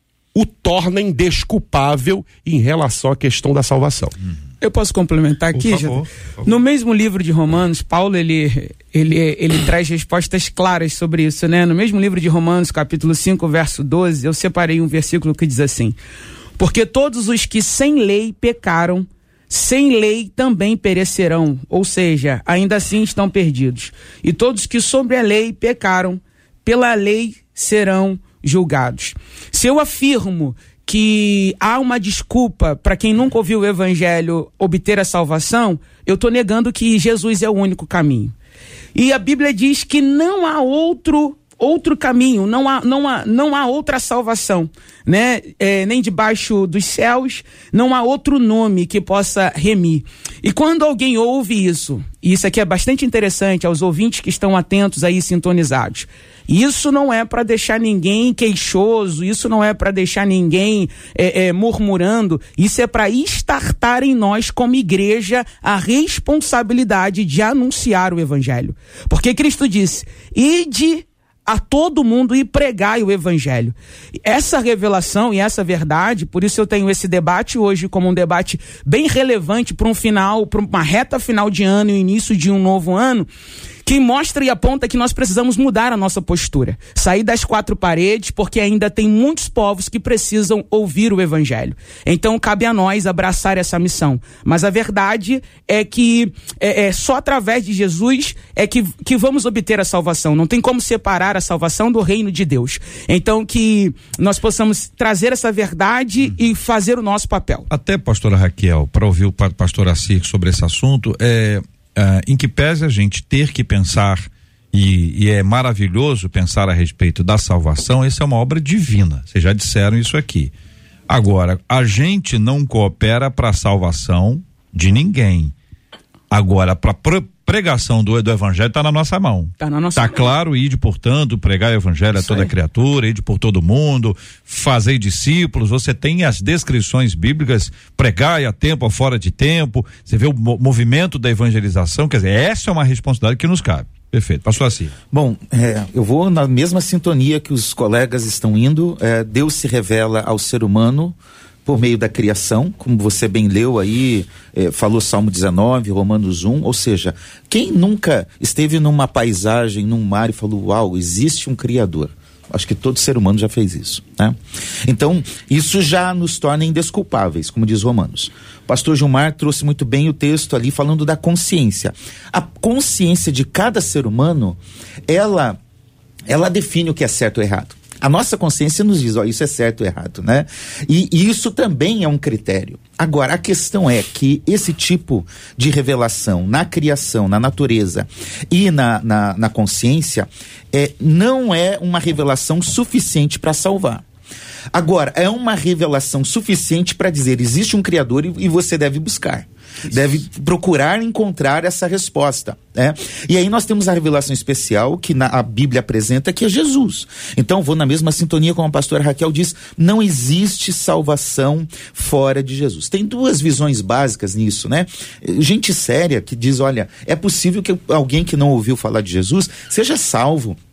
o torna indesculpável em relação à questão da salvação. Eu posso complementar aqui, favor, no mesmo livro de Romanos, Paulo ele, ele, ele traz respostas claras sobre isso, né? No mesmo livro de Romanos, capítulo cinco, verso doze, eu separei um versículo que diz assim: porque todos os que sem lei pecaram, sem lei também perecerão, ou seja, ainda assim estão perdidos. E todos que sobre a lei pecaram, pela lei serão julgados. Se eu afirmo que há uma desculpa para quem nunca ouviu o evangelho obter a salvação, eu estou negando que Jesus é o único caminho. E a Bíblia diz que não há outro outro caminho, não há, não há, não há outra salvação, né? É, nem debaixo dos céus, não há outro nome que possa remir. E quando alguém ouve isso, e isso aqui é bastante interessante aos ouvintes que estão atentos aí, sintonizados, isso não é para deixar ninguém queixoso, isso não é para deixar ninguém é, é, murmurando, isso é para estartar em nós como igreja a responsabilidade de anunciar o evangelho. Porque Cristo disse: ide a todo mundo e pregai o evangelho. Essa revelação e essa verdade, por isso eu tenho esse debate hoje como um debate bem relevante para um final, para uma reta final de ano e o início de um novo ano, que mostra e aponta que nós precisamos mudar a nossa postura, sair das quatro paredes, porque ainda tem muitos povos que precisam ouvir o evangelho. Então cabe a nós abraçar essa missão. Mas a verdade é que é, é só através de Jesus é que, que vamos obter a salvação. Não tem como separar a salvação do reino de Deus. Então que nós possamos trazer essa verdade hum. e fazer o nosso papel. Até, pastora Raquel, para ouvir o pastor Assir sobre esse assunto, é... Uh, em que pese a gente ter que pensar, e, e é maravilhoso pensar a respeito da salvação, essa é uma obra divina, vocês já disseram isso aqui. Agora, a gente não coopera para a salvação de ninguém. Agora, para pregação do, do evangelho está na nossa mão. Está na nossa tá mão. Claro, ide, portanto, pregar o evangelho isso a toda aí. Criatura, ide por todo mundo, fazer discípulos. Você tem as descrições bíblicas, pregai a tempo, a fora de tempo. Você vê o mo- movimento da evangelização, quer dizer, essa é uma responsabilidade que nos cabe. Perfeito, pastor assim. Bom, é, eu vou na mesma sintonia que os colegas estão indo. É, Deus se revela ao ser humano por meio da criação, como você bem leu aí, eh, falou Salmo dezenove, Romanos um, ou seja, quem nunca esteve numa paisagem, num mar e falou, uau, existe um Criador? Acho que todo ser humano já fez isso, né? Então, isso já nos torna indesculpáveis, como diz Romanos. O pastor Gilmar trouxe muito bem o texto ali falando da consciência. A consciência de cada ser humano, ela, ela define o que é certo ou errado. A nossa consciência nos diz, ó, isso é certo ou errado, né? E, e isso também é um critério. Agora, a questão é que esse tipo de revelação na criação, na natureza e na, na, na consciência, é, não é uma revelação suficiente para salvar. Agora, é uma revelação suficiente para dizer, existe um Criador e, e você deve buscar. Isso. Deve procurar encontrar essa resposta, né? E aí nós temos a revelação especial que na, a Bíblia apresenta, que é Jesus. Então vou na mesma sintonia como a pastora Raquel diz, não existe salvação fora de Jesus. Tem duas visões básicas nisso, né? Gente séria que diz, olha, é possível que alguém que não ouviu falar de Jesus seja salvo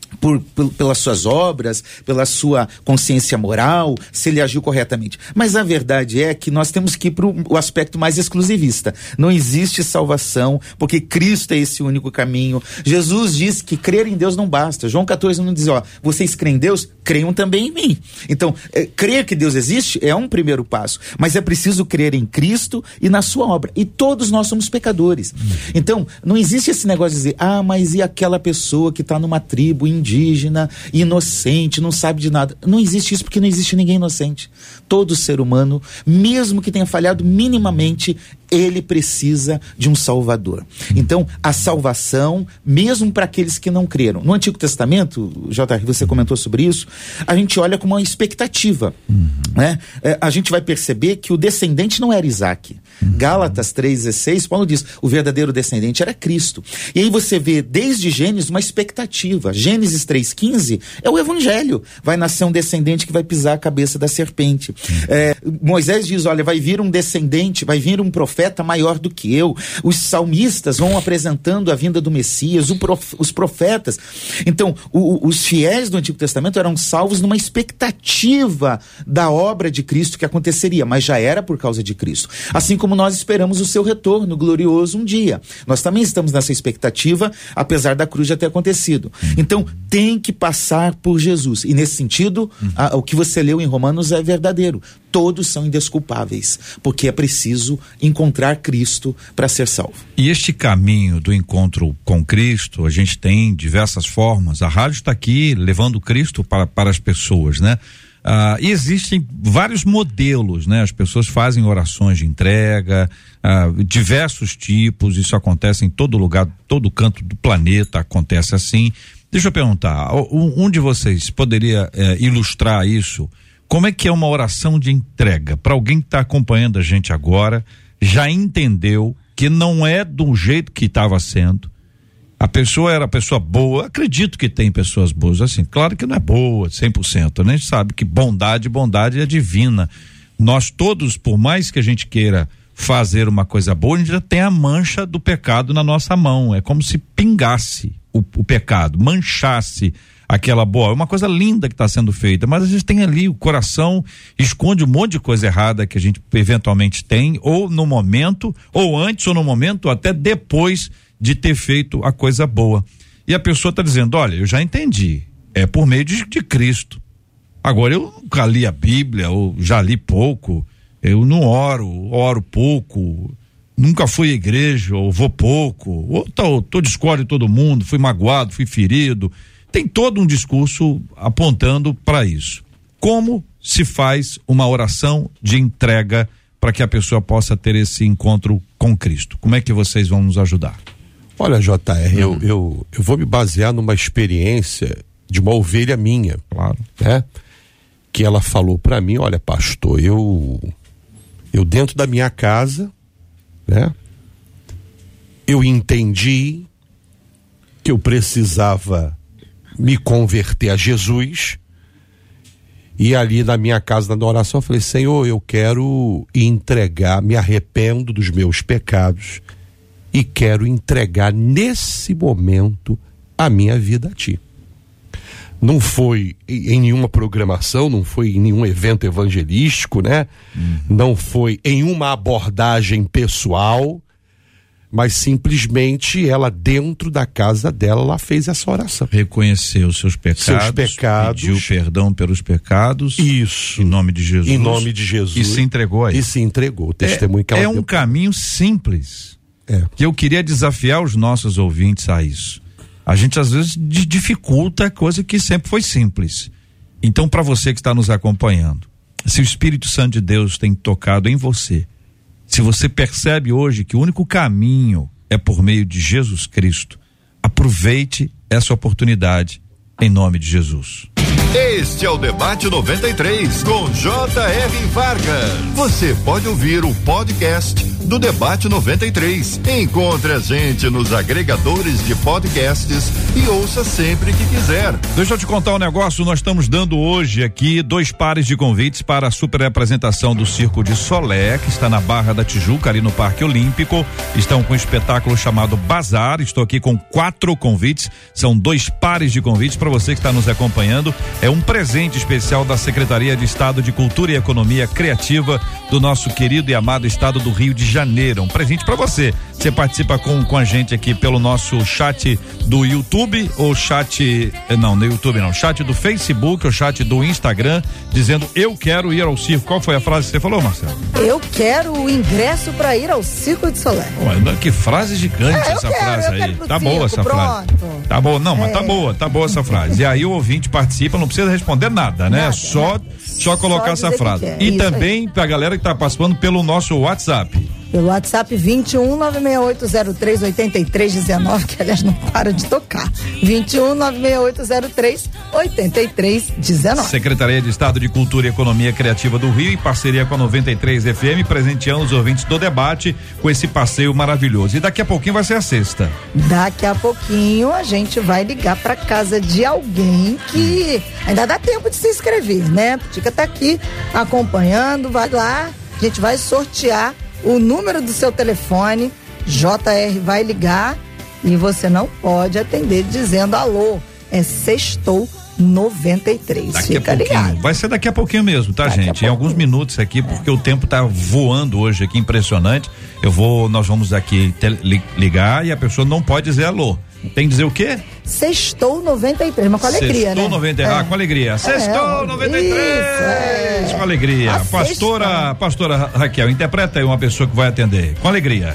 Por, por, pelas suas obras, pela sua consciência moral, se ele agiu corretamente. Mas a verdade é que nós temos que ir para o aspecto mais exclusivista. Não existe salvação, porque Cristo é esse único caminho. Jesus disse que crer em Deus não basta. João quatorze não diz, ó, vocês creem em Deus? Creiam também em mim. Então, é, crer que Deus existe é um primeiro passo, mas é preciso crer em Cristo e na sua obra. E todos nós somos pecadores. Então, não existe esse negócio de dizer, ah, mas e aquela pessoa que está numa tribo indígena, inocente, não sabe de nada. Não existe isso, porque não existe ninguém inocente. Todo ser humano, mesmo que tenha falhado minimamente, ele precisa de um salvador. Então, a salvação, mesmo para aqueles que não creram. No Antigo Testamento, J R, você comentou sobre isso, a gente olha com uma expectativa. Uhum. Né? É, a gente vai perceber que o descendente não era Isaac. Uhum. Gálatas três dezesseis, Paulo diz, o verdadeiro descendente era Cristo. E aí você vê, desde Gênesis, uma expectativa. Gênesis três quinze é o evangelho. Vai nascer um descendente que vai pisar a cabeça da serpente. Uhum. É, Moisés diz, olha, vai vir um descendente, vai vir um profeta maior do que eu. Os salmistas vão apresentando a vinda do Messias, prof, os profetas. Então, o, os fiéis do Antigo Testamento eram salvos numa expectativa da obra de Cristo que aconteceria, mas já era por causa de Cristo. Assim como nós esperamos o seu retorno glorioso um dia. Nós também estamos nessa expectativa, apesar da cruz já ter acontecido. Então, tem que passar por Jesus. E nesse sentido, a, o que você leu em Romanos é verdadeiro. Todos são indesculpáveis, porque é preciso encontrar Cristo para ser salvo. E este caminho do encontro com Cristo, a gente tem diversas formas. A rádio está aqui levando Cristo para, para as pessoas, né? Ah, e existem vários modelos, né? As pessoas fazem orações de entrega, ah, diversos tipos, isso acontece em todo lugar, todo canto do planeta acontece assim. Deixa eu perguntar, um, um de vocês poderia eh, ilustrar isso? Como é que é uma oração de entrega? Para alguém que está acompanhando a gente agora, já entendeu que não é do jeito que estava sendo. A pessoa era pessoa boa, acredito que tem pessoas boas, assim, claro que não é boa, cem por cento, né? A gente sabe que bondade, bondade é divina. Nós todos, por mais que a gente queira fazer uma coisa boa, a gente já tem a mancha do pecado na nossa mão. É como se pingasse o, o pecado, manchasse aquela boa, é uma coisa linda que está sendo feita, mas a gente tem ali, o coração esconde um monte de coisa errada que a gente eventualmente tem, ou no momento, ou antes, ou no momento, ou até depois de ter feito a coisa boa. E a pessoa está dizendo, olha, eu já entendi, é por meio de, de Cristo. Agora, eu nunca li a Bíblia, ou já li pouco, eu não oro, oro pouco, nunca fui à igreja, ou vou pouco, ou tô, tô discórdia de todo mundo, fui magoado, fui ferido. Tem todo um discurso apontando para isso. Como se faz uma oração de entrega para que a pessoa possa ter esse encontro com Cristo? Como é que vocês vão nos ajudar? Olha, J R, hum. eu, eu, eu vou me basear numa experiência de uma ovelha minha. Claro. Né? Que ela falou para mim, olha, pastor, eu, eu dentro da minha casa, né? Eu entendi que eu precisava me converter a Jesus, e ali na minha casa, na oração, eu falei, Senhor, eu quero entregar, me arrependo dos meus pecados e quero entregar nesse momento a minha vida a Ti. Não foi em nenhuma programação, não foi em nenhum evento evangelístico, né? Uhum. Não foi em uma abordagem pessoal, mas simplesmente ela, dentro da casa dela, ela fez essa oração. Reconheceu os seus pecados, seus pecados, pediu perdão pelos pecados. Isso. Em nome de Jesus. Em nome de Jesus. E se entregou aí. E se entregou. O testemunho é, que ela É um deu. caminho simples. É. Que eu queria desafiar os nossos ouvintes a isso. A gente às vezes dificulta coisa que sempre foi simples. Então, para você que está nos acompanhando, se o Espírito Santo de Deus tem tocado em você, se você percebe hoje que o único caminho é por meio de Jesus Cristo, aproveite essa oportunidade em nome de Jesus. Este é o Debate noventa e três com J R Vargas. Você pode ouvir o podcast do Debate noventa e três. Encontre a gente nos agregadores de podcasts e ouça sempre que quiser. Deixa eu te contar um negócio, nós estamos dando hoje aqui dois pares de convites para a super apresentação do Circo de Solé, que está na Barra da Tijuca, ali no Parque Olímpico. Estão com um espetáculo chamado Bazar. Estou aqui com quatro convites, são dois pares de convites para você que está nos acompanhando. É um presente especial da Secretaria de Estado de Cultura e Economia Criativa do nosso querido e amado estado do Rio de Janeiro. Um presente para você. Você participa com, com a gente aqui pelo nosso chat do YouTube ou chat, não, no YouTube não, chat do Facebook ou chat do Instagram, dizendo eu quero ir ao circo. Qual foi a frase que você falou, Marcelo? Eu quero o ingresso para ir ao Circo de Solé. Ué, que frase gigante é, essa quero, frase aí. Tá circo, boa essa pronto. frase. Tá boa, não, é. mas tá boa, tá boa essa frase. E aí o ouvinte participa, não precisa responder nada, né? Nada, só, nada. só colocar só essa frase. E Isso também aí. pra galera que tá participando pelo nosso WhatsApp. Pelo WhatsApp vinte e um, nove seis oito zero três, oito três um nove, que aliás não para de tocar. vinte e um, nove seis oito zero três, oito três um nove. Secretaria de Estado de Cultura e Economia Criativa do Rio, em parceria com a noventa e três F M, presenteando os ouvintes do debate com esse passeio maravilhoso. E daqui a pouquinho vai ser a sexta. Daqui a pouquinho a gente vai ligar para casa de alguém que ainda dá tempo de se inscrever, né? Fica tá aqui acompanhando, vai lá, a gente vai sortear o número do seu telefone, J R vai ligar e você não pode atender dizendo alô, é Sextou noventa e três. Daqui Fica a pouquinho. Ligado. Vai ser daqui a pouquinho mesmo, tá, daqui gente? Em alguns minutos aqui, porque é. o tempo tá voando hoje aqui, impressionante. Eu vou, nós vamos aqui te, li, ligar e a pessoa não pode dizer alô. Tem que dizer o quê? Sextou noventa e três, mas com alegria, Sextou né? noventa e três, é. Ah, com alegria. Sextou é, noventa e três, isso, é. com alegria. A pastora, sexta. pastora Raquel, interpreta aí uma pessoa que vai atender. Com alegria.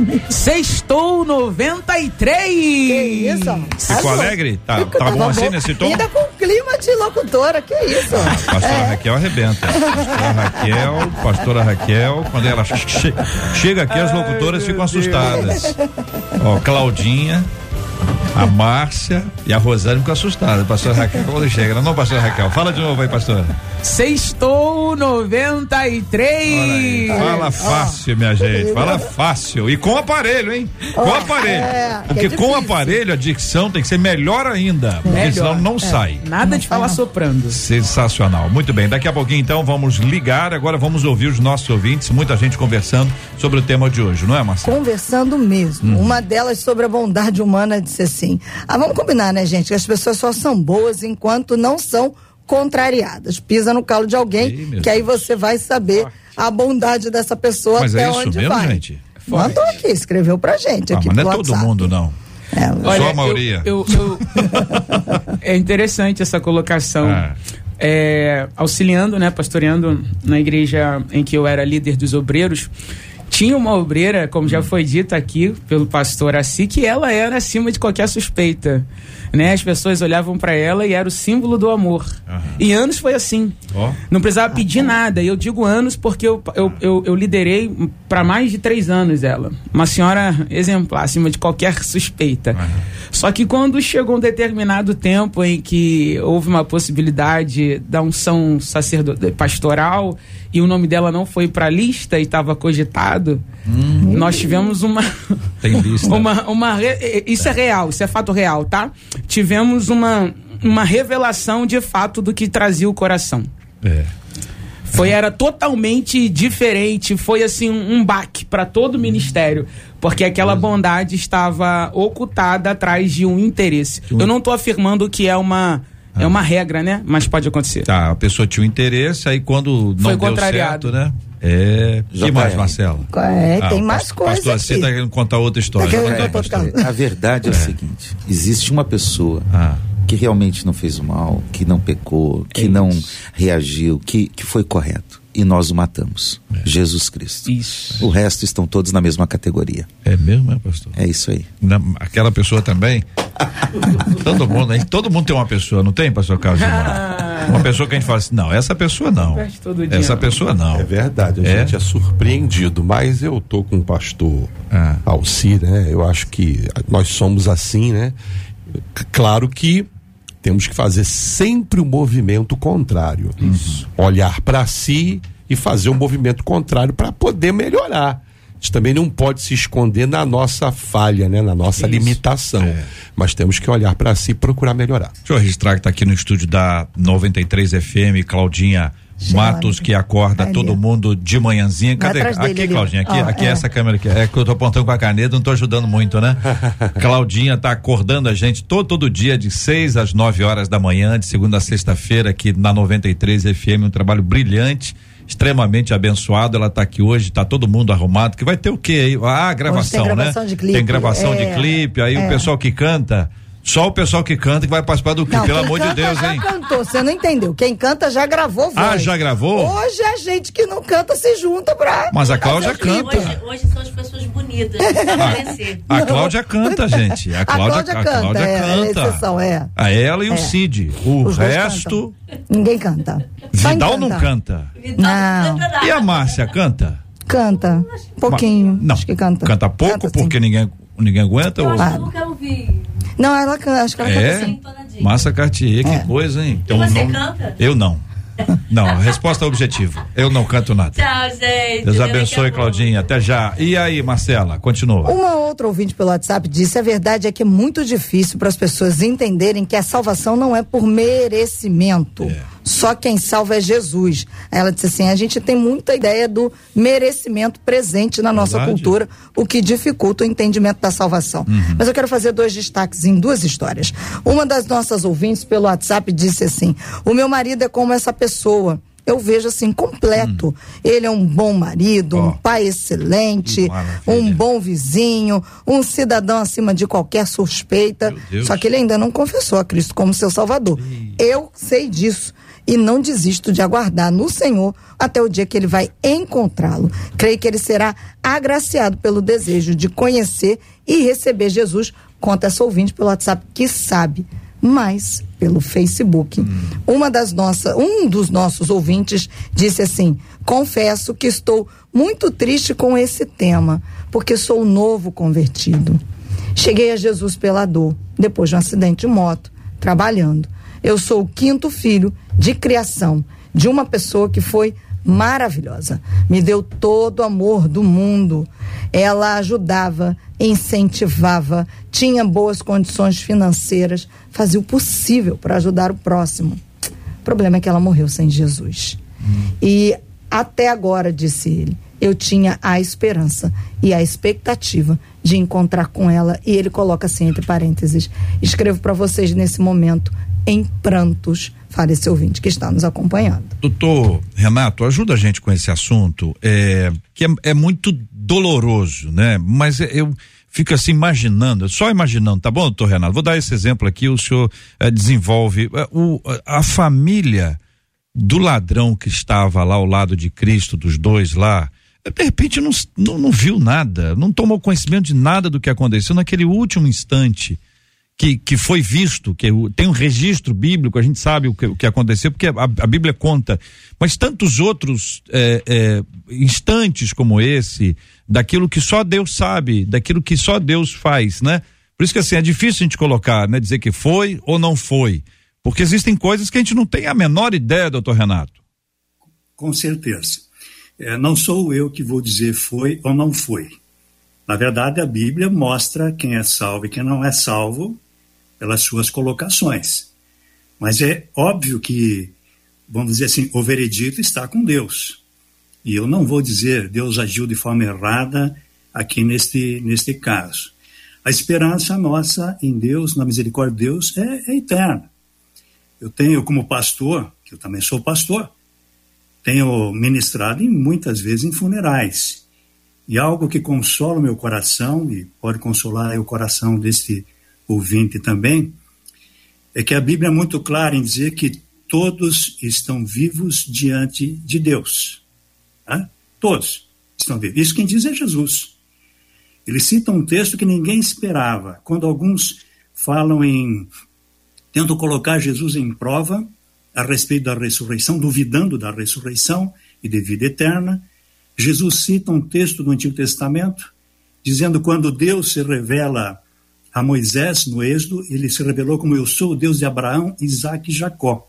Sextou noventa e três. Que isso? Ficou alegre? Tá, Fico, tá, tá bom, bom assim nesse tom? Ainda com clima de locutora, que isso? Ah, pastora é. Raquel arrebenta. Pastora Raquel, pastora Raquel, quando ela che chega aqui, as locutoras Ai, ficam assustadas. Ó, Claudinha, a Márcia e a Rosane ficam assustadas. Pastora Raquel, quando chega, não, pastora Raquel, fala de novo aí, pastora. Sextou noventa e três. Fala fácil, minha gente, fala fácil. E com aparelho, hein? Com aparelho. É, porque é com aparelho a dicção tem que ser melhor ainda, porque melhor. senão não é. sai. Nada de falar soprando. Sensacional. Muito bem, daqui a pouquinho então vamos ligar, agora vamos ouvir os nossos ouvintes, muita gente conversando sobre o tema de hoje, não é, Marcelo? Conversando mesmo. Hum. Uma delas sobre a bondade humana disse assim: ah, vamos combinar, né, gente? Que as pessoas só são boas enquanto não são contrariadas. Pisa no calo de alguém, Ei, que aí você vai saber Forte. a bondade dessa pessoa. Mas até é isso onde mesmo, vai. Gente? Mandou aqui, escreveu pra gente. Ah, aqui mas não é WhatsApp. todo mundo, não. É, Olha, só a maioria. Eu, eu, eu é interessante essa colocação. Ah. É, auxiliando, né, pastoreando na igreja em que eu era líder dos obreiros, tinha uma obreira, como já foi dito aqui pelo pastor Assi, que ela era acima de qualquer suspeita, né? As pessoas olhavam para ela e era o símbolo do amor. Uhum. E anos foi assim. Oh. Não precisava pedir nada. E eu digo anos porque eu, eu, eu, eu liderei para mais de três anos ela. Uma senhora exemplar, acima de qualquer suspeita. Uhum. Só que quando chegou um determinado tempo em que houve uma possibilidade da unção sacerdotal pastoral e o nome dela não foi para a lista e estava cogitado, hum. nós tivemos uma, Tem lista. uma, uma isso é real, isso é fato real, tá? Tivemos uma, uma revelação de fato do que trazia o coração. É. Foi, era totalmente diferente, foi assim um, um baque para todo o ministério, porque aquela bondade estava ocultada atrás de um interesse. Eu não estou afirmando que é uma Ah. É uma regra, né? Mas pode acontecer. Tá, a pessoa tinha um interesse, aí quando não Foi deu contrariado. certo, né? É. O que mais, Marcelo? É, ah, tem mais coisas. Pastor, você tá querendo contar outra história. É, a verdade é, é o seguinte: existe uma pessoa ah. que realmente não fez o mal, que não pecou, que é não reagiu, que, que foi correto. E nós o matamos. É. Jesus Cristo. Isso. O resto estão todos na mesma categoria. É mesmo, é, pastor? É isso aí. Na, aquela pessoa também? todo mundo, hein? Todo mundo tem uma pessoa, não tem, pastor Carlos? Uma pessoa que a gente fala assim, não, essa pessoa não. Essa pessoa não. É verdade, a é? gente é surpreendido, mas eu tô com o pastor ah. Alci, né? Eu acho que nós somos assim, né? Claro que temos que fazer sempre o movimento contrário. Isso. Olhar para si e fazer um movimento contrário para poder melhorar. A gente também não pode se esconder na nossa falha, né? Na nossa Isso. limitação. É. Mas temos que olhar para si e procurar melhorar. Deixa eu registrar que está aqui no estúdio da noventa e três F M, Claudinha Matos, que acorda ali, todo mundo de manhãzinha. Cadê? Aqui, ali, Claudinha, aqui, oh, aqui é. essa câmera aqui. É que eu tô apontando com a caneta, não tô ajudando muito, né? Claudinha tá acordando a gente todo, todo dia de seis às nove horas da manhã, de segunda a sexta-feira, aqui na noventa e três F M, um trabalho brilhante, extremamente abençoado. Ela tá aqui hoje, tá todo mundo arrumado, que vai ter o quê aí? Ah, gravação, tem gravação, né? De clipe. Tem gravação é, de clipe, aí é. o pessoal que canta. Só o pessoal que canta que vai participar do clipe, pelo amor de Deus, hein? Já cantou, você não entendeu. Quem canta já gravou voz. Ah, já gravou? Hoje a gente que não canta se junta pra... Mas a Cláudia canta. Hoje, hoje são as pessoas bonitas, aparecer. A, a Cláudia canta, gente. A Cláudia, a Cláudia canta. A Cláudia é, canta. A exceção, é. A ela e é. o Cid. O Os resto... Ninguém canta. Vidal não canta. Não. E a Márcia canta? Canta. Pouquinho. Não. Acho que canta. Canta pouco canta, porque ninguém, ninguém aguenta? Eu ou... acho que eu nunca ouvi. Não, ela canta, acho que ela é? canta assim. Massa Cartier, que é. coisa, hein? Então, e você não... canta? Eu não. Não, a resposta é objetiva. Eu não canto nada. Tchau, gente. Deus abençoe, Claudinha. Até já. E aí, Marcela, continua. Uma outra ouvinte pelo WhatsApp disse: a verdade é que é muito difícil para as pessoas entenderem que a salvação não é por merecimento. É. Só quem salva é Jesus. Ela disse assim: a gente tem muita ideia do merecimento presente na nossa verdade. cultura, o que dificulta o entendimento da salvação. Uhum. Mas eu quero fazer dois destaques em duas histórias. Uma das nossas ouvintes pelo WhatsApp disse assim: o meu marido é como essa pessoa. Eu vejo assim, completo. Hum. Ele é um bom marido, oh. um pai excelente, um bom vizinho, um cidadão acima de qualquer suspeita. Só que ele ainda não confessou a Cristo como seu Salvador. Ih. Eu sei disso e não desisto de aguardar no Senhor até o dia que ele vai encontrá-lo. Creio que ele será agraciado pelo desejo de conhecer e receber Jesus. Conta essa ouvinte pelo WhatsApp que sabe, mas pelo Facebook. Hum. Uma das nossas, um dos nossos ouvintes disse assim: confesso que estou muito triste com esse tema, porque sou novo convertido. Cheguei a Jesus pela dor, depois de um acidente de moto, trabalhando. Eu sou o quinto filho de criação de uma pessoa que foi maravilhosa. Me deu todo o amor do mundo. Ela ajudava, incentivava, tinha boas condições financeiras, fazia o possível para ajudar o próximo. O problema é que ela morreu sem Jesus. Hum. E até agora, disse ele, eu tinha a esperança e a expectativa de encontrar com ela. E ele coloca assim entre parênteses: escrevo para vocês nesse momento em prantos. Fala esse ouvinte que está nos acompanhando. Doutor Renato, ajuda a gente com esse assunto, é, que é, é muito doloroso, né? Mas eu fico assim imaginando, só imaginando, tá bom, doutor Renato? Vou dar esse exemplo aqui, o senhor é, desenvolve é, o, a família do ladrão que estava lá ao lado de Cristo, dos dois lá, de repente não, não, não viu nada, não tomou conhecimento de nada do que aconteceu naquele último instante. Que, que foi visto, que tem um registro bíblico, a gente sabe o que, o que aconteceu, porque a, a Bíblia conta, mas tantos outros é, é, instantes como esse, daquilo que só Deus sabe, daquilo que só Deus faz, né? Por isso que assim, é difícil a gente colocar, né? Dizer que foi ou não foi, porque existem coisas que a gente não tem a menor ideia, doutor Renato. Com certeza. É, não sou eu que vou dizer foi ou não foi. Na verdade, a Bíblia mostra quem é salvo e quem não é salvo pelas suas colocações. Mas é óbvio que, vamos dizer assim, o veredito está com Deus. E eu não vou dizer Deus agiu de forma errada aqui neste, neste caso. A esperança nossa em Deus, na misericórdia de Deus, é, é eterna. Eu tenho como pastor, que eu também sou pastor, tenho ministrado em, muitas vezes em funerais. E algo que consola o meu coração, e pode consolar o coração desse ouvinte também, é que a Bíblia é muito clara em dizer que todos estão vivos diante de Deus. Tá? Todos estão vivos. Isso quem diz é Jesus. Ele cita um texto que ninguém esperava. Quando alguns falam em... tentam colocar Jesus em prova a respeito da ressurreição, duvidando da ressurreição e de vida eterna, Jesus cita um texto do Antigo Testamento, dizendo quando Deus se revela a Moisés, no Êxodo, ele se revelou como eu sou o Deus de Abraão, Isaque e Jacó.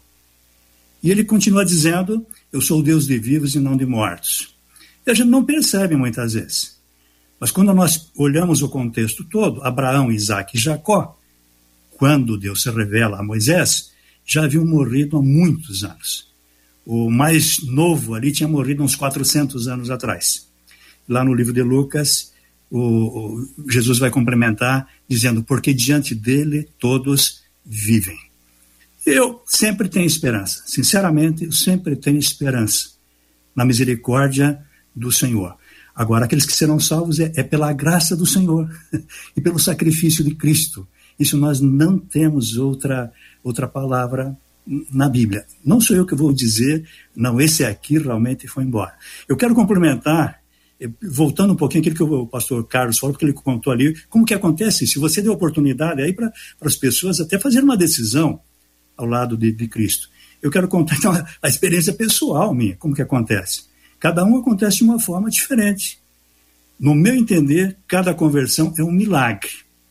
E ele continua dizendo, eu sou o Deus de vivos e não de mortos. E a gente não percebe muitas vezes. Mas quando nós olhamos o contexto todo, Abraão, Isaque e Jacó, quando Deus se revela a Moisés, já haviam morrido há muitos anos. O mais novo ali tinha morrido uns quatrocentos anos atrás. Lá no livro de Lucas, o, o Jesus vai complementar dizendo, porque diante dele todos vivem. Eu sempre tenho esperança, sinceramente, eu sempre tenho esperança na misericórdia do Senhor. Agora, aqueles que serão salvos é, é pela graça do Senhor e pelo sacrifício de Cristo. Isso nós não temos outra, outra palavra na Bíblia. Não sou eu que vou dizer, não, esse aqui realmente foi embora. Eu quero complementar, voltando um pouquinho aquilo que o pastor Carlos falou, porque ele contou ali, como que acontece, se você deu oportunidade aí para as pessoas até fazer uma decisão ao lado de, de Cristo. Eu quero contar então, a, a experiência pessoal minha, como que acontece. Cada um acontece de uma forma diferente. No meu entender, cada conversão é um milagre.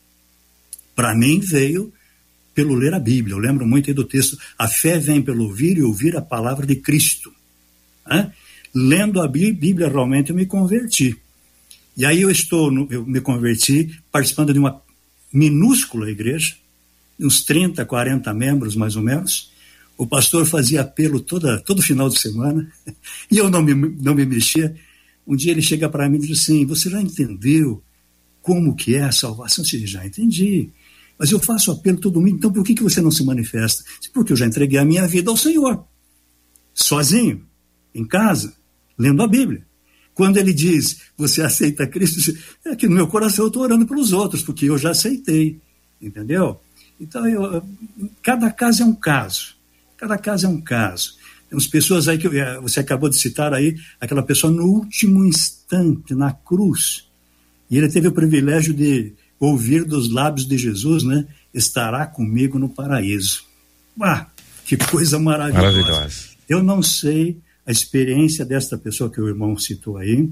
Para mim veio pelo ler a Bíblia. Eu lembro muito aí do texto, a fé vem pelo ouvir e ouvir a palavra de Cristo. Hã? Lendo a Bíblia, realmente eu me converti. E aí eu estou, no, eu me converti participando de uma minúscula igreja, uns trinta, quarenta membros mais ou menos. O pastor fazia apelo toda, todo final de semana e eu não me, não me mexia. Um dia ele chega para mim e diz assim, você já entendeu como que é a salvação? Eu disse, já entendi, mas eu faço apelo todo domingo, então por que, que você não se manifesta? Porque eu já entreguei a minha vida ao Senhor, sozinho, em casa, lendo a Bíblia. Quando ele diz, você aceita Cristo, é que no meu coração eu estou orando pelos outros, porque eu já aceitei, entendeu? Então, eu, cada caso é um caso, cada caso é um caso. Temos pessoas aí que você acabou de citar aí, aquela pessoa no último instante, na cruz, e ele teve o privilégio de ouvir dos lábios de Jesus, né? Estará comigo no paraíso. Ah, que coisa maravilhosa. Maravilhosa. Eu não sei a experiência desta pessoa que o irmão citou aí,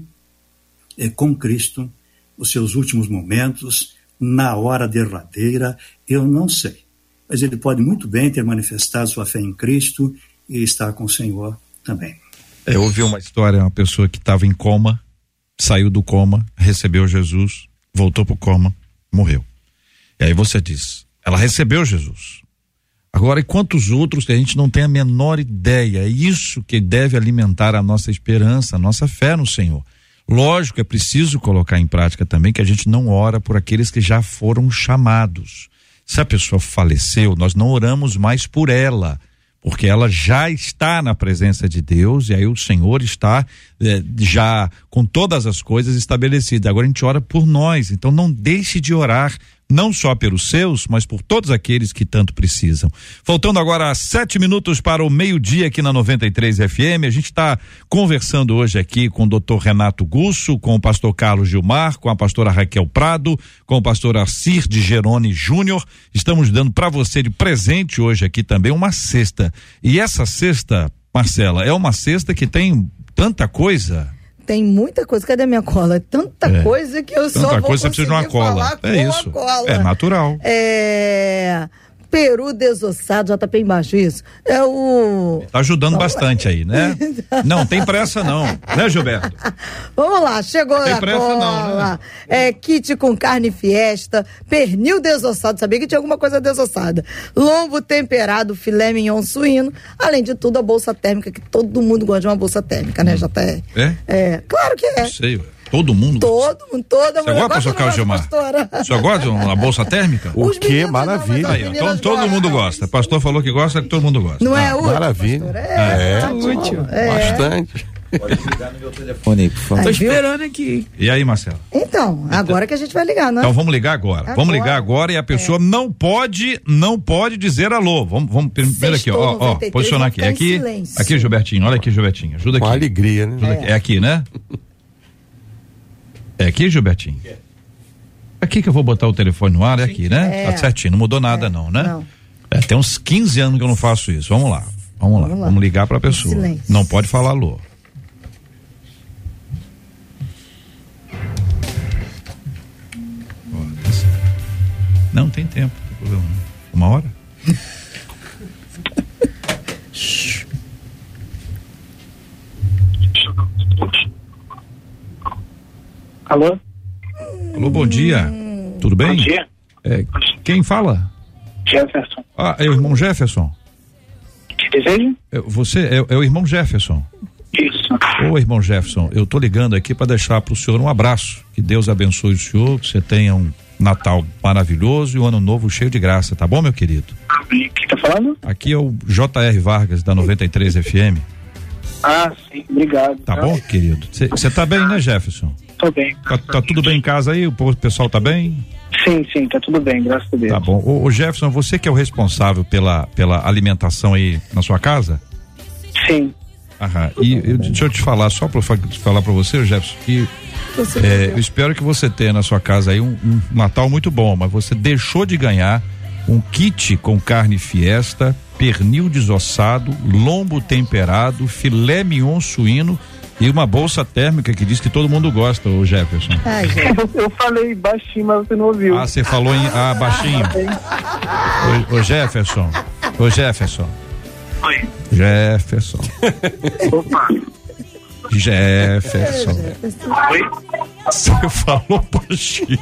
é com Cristo, os seus últimos momentos, na hora derradeira, eu não sei. Mas ele pode muito bem ter manifestado sua fé em Cristo e estar com o Senhor também. Eu ouvi uma história, uma pessoa que estava em coma, saiu do coma, recebeu Jesus, voltou pro coma, morreu. E aí você diz, ela recebeu Jesus. Agora, e quantos outros que a gente não tem a menor ideia? É isso que deve alimentar a nossa esperança, a nossa fé no Senhor. Lógico, é preciso colocar em prática também que a gente não ora por aqueles que já foram chamados. Se a pessoa faleceu, nós não oramos mais por ela, porque ela já está na presença de Deus e aí o Senhor está eh, já com todas as coisas estabelecidas. Agora a gente ora por nós, então não deixe de orar, não só pelos seus, mas por todos aqueles que tanto precisam. Faltando agora sete minutos para o meio-dia aqui na noventa e três F M, a gente está conversando hoje aqui com o doutor Renato Gusso, com o pastor Carlos Gilmar, com a pastora Raquel Prado, com o pastor Assir de Geroni Júnior. Estamos dando para você de presente hoje aqui também uma cesta. E essa cesta, Marcela, é uma cesta que tem tanta coisa. Tem muita coisa. Cadê minha cola? É tanta é. coisa que eu tanta só vou coisa, você precisa de uma cola. É isso. Cola. É natural. É... Peru desossado, já tá bem embaixo isso. É o... Tá ajudando Vamos bastante lá. Aí, né? Não, tem pressa não, né, Gilberto? Vamos lá, chegou tem a pressa cola. Não, né? É kit com carne fiesta, pernil desossado, sabia que tinha alguma coisa desossada. Lombo temperado, filé mignon suíno, além de tudo a bolsa térmica, que todo mundo gosta de uma bolsa térmica, né, J R? É? É, claro que é. Eu sei, todo mundo Todo mundo, toda mulher. Você gosta, pastor Carlos Gilmar? O senhor gosta de uma bolsa térmica? O que? Maravilha. Aí, então, todo mundo gosta. O pastor falou que gosta, que todo mundo gosta. Não é ah, útil? Maravilha. É, é, útil. É. Bastante. Pode ligar no meu telefone aí, por favor. Tô esperando aqui. E aí, Marcelo? Então, agora que a gente vai ligar, né? Então vamos ligar agora. agora. Vamos ligar agora e a pessoa é. não pode, não pode dizer alô. Vamos, vamos primeiro aqui, ó, ó, posicionar aqui. É aqui, aqui, Gilbertinho, olha aqui, Gilbertinho. Ajuda aqui. Com alegria, né? Ajuda é. Aqui. É aqui, né? É aqui, Gilbertinho? É. Aqui que eu vou botar o telefone no ar, é aqui, né? É. Tá certinho, não mudou nada é. não, né? Não. É, tem uns quinze anos que eu não faço isso. Vamos lá, vamos, vamos lá. lá, vamos ligar pra pessoa. Silêncio. Não pode falar alô. Não, Alô? Alô, bom dia. Tudo bem? Bom dia. É, quem fala? Jefferson. Ah, é o irmão Jefferson? Que deseja? É, você é, é o irmão Jefferson? Isso. Ô, irmão Jefferson, eu tô ligando aqui para deixar pro senhor um abraço. Que Deus abençoe o senhor, que você tenha um Natal maravilhoso e um ano novo cheio de graça, tá bom, meu querido? Quem tá falando? Aqui é o J R Vargas, da noventa e três F M. Ah, sim, obrigado. Tá bom, querido? Você tá bem, né, Jefferson? Tô bem. Tá, tá tudo bem em casa aí? O pessoal tá bem? Sim, sim, tá tudo bem, graças a Deus. Tá bom. Ô, ô Jefferson, você que é o responsável pela, pela alimentação aí na sua casa? Sim. Aham. E eu, deixa eu te falar, só pra falar pra você, Jefferson, que é, eu espero que você tenha na sua casa aí um, um Natal muito bom, mas você deixou de ganhar um kit com carne fiesta, pernil desossado, lombo temperado, filé mignon suíno e uma bolsa térmica que diz que todo mundo gosta, ô Jefferson. Ai, eu falei baixinho, mas você não ouviu. Ah, você falou em ah, baixinho. ô, ô Jefferson, ô Jefferson. Oi. Jefferson. Opa. Jefferson. Oi? Você falou baixinho.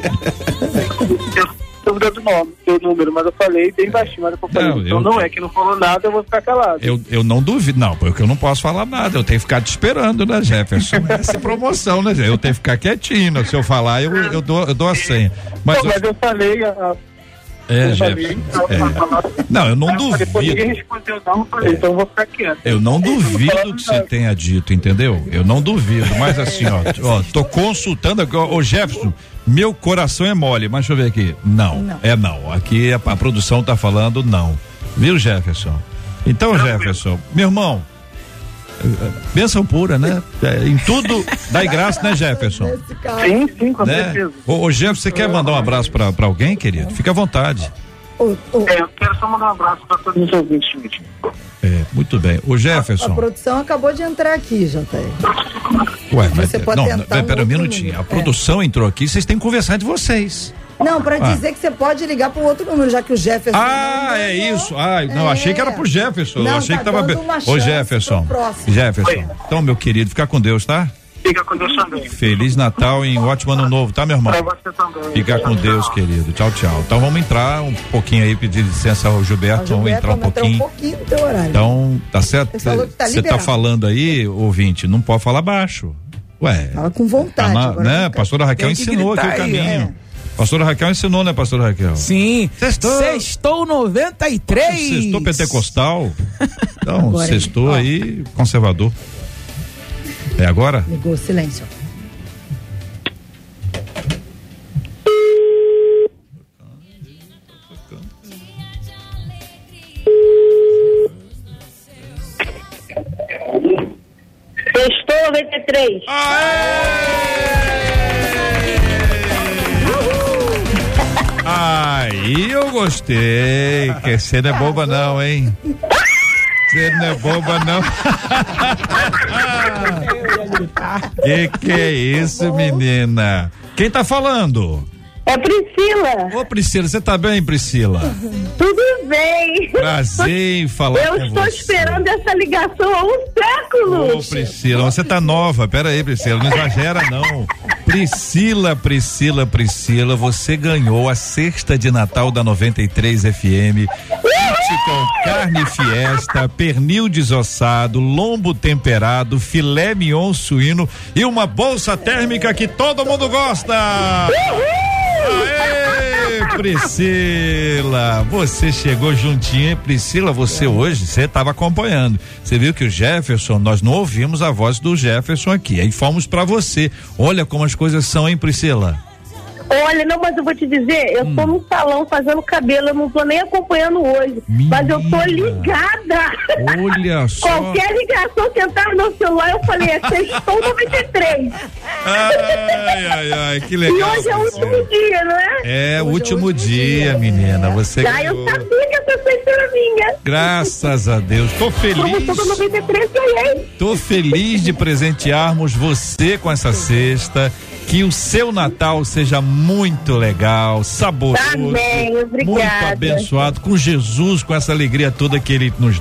Eu tô dando nome, seu número, mas eu falei bem baixinho, mas eu falei, Não, então eu- não é que não falou nada, eu vou ficar calado. Eu, eu não duvido, não, porque eu não posso falar nada, eu tenho que ficar te esperando, né, Jefferson? Essa é promoção, né, Jefferson? Eu tenho que ficar quietinho, né? Se eu falar, eu, eu, dou, eu dou a senha. Mas, Não, mas eu falei, a, é, eu Jefferson. falei, É. Não, eu não Aí eu falei, pô, ninguém duvido. respondeu não, eu falei, então eu vou ficar quieto. Eu não duvido que você tenha dito, entendeu? Eu não duvido, mas assim, ó, ó tô consultando aqui, ó, ô Jefferson, meu coração é mole, mas deixa eu ver aqui. Não, Não. é não. Aqui a, a produção tá falando não. Viu, Jefferson? Então, Jefferson, meu irmão, eh, bênção pura, né? É, em tudo dá graça, né, Jefferson? Esse cara. Sim, sim, com Né? certeza. Ô, ô Jefferson, você quer mandar um abraço pra, pra alguém, querido? Fica à vontade. O- o- É, eu quero só mandar um abraço pra todos os ouvintes, gente. É, muito bem. Ô a Jefferson. produção acabou de entrar aqui, J R. Ué, mas Você pode não, tentar não, um pera um outro minutinho. número. A produção entrou aqui, vocês têm que conversar entre vocês. Não, pra Ah. dizer que você pode ligar pro outro número, já que o Jefferson. Ah, não é ganhou. isso. Ah, não, É. achei que era pro Jefferson. Não, achei tá que tava dando bem. uma Ô chance Jefferson. pro próximo. Jefferson. Oi. Então, meu querido, fica com Deus, tá? Fica com Deus também. Feliz Natal e um ótimo ano novo, tá, meu irmão? Pra você também. Fica com Deus, querido. Tchau, tchau. Então vamos entrar um pouquinho aí, pedir licença ao Gilberto, vamos Gilberto, entrar um vamos entrar pouquinho. um pouquinho no teu horário. Então, tá certo? Ele falou que tá Você tá liberado. falando aí, ouvinte, não pode falar baixo. Ué. Fala com vontade. Tá na- agora né? não A pastora Raquel Tem que ensinou aqui o gritar aí, caminho. Pastora Raquel ensinou, né, pastora Raquel? Sim. Sextou. Sextou noventa e três. Sextou pentecostal. Então, Agora, sextou ó. aí, conservador. É agora? Ligou, silêncio. Sextou noventa e três. Aí eu gostei. Que você não é boba não, hein? Você não é boba não. Que que é isso, menina? Quem tá falando? É Priscila. Ô, Priscila, você tá bem, Priscila? Tudo bem? Prazer em falar Eu com estou você. esperando essa ligação há um século. Ô, Priscila, você tá nova, pera aí, Priscila, não exagera não. Priscila, Priscila, Priscila, você ganhou a cesta de Natal da noventa e três F M, kit com carne fiesta, pernil desossado, lombo temperado, filé mignon suíno e uma bolsa térmica que todo mundo gosta. Aê, Priscila, você chegou juntinho, hein, Priscila? Você hoje, você estava acompanhando. Você viu que o Jefferson, nós não ouvimos a voz do Jefferson aqui. Aí fomos para você. Olha como as coisas são, hein, Priscila? Olha, não, mas eu vou te dizer, eu Hum. tô no salão fazendo cabelo, eu não tô nem acompanhando hoje. Mas eu tô ligada. Olha só. Qualquer ligação que entrar no meu celular, eu falei, é sextou noventa e três. Ai, ai, ai, que legal. E hoje é o Priscila. último dia, não é? É, o último dia, menina. Você Já eu ganhou. sabia que essa sexta era minha. Graças a Deus. Tô feliz. Promoção da noventa e três, ganhei. Tô feliz de presentearmos você com essa cesta. Que o seu Natal seja muito legal, saboroso, Amém, obrigada. muito abençoado, com Jesus, com essa alegria toda que Ele nos dá.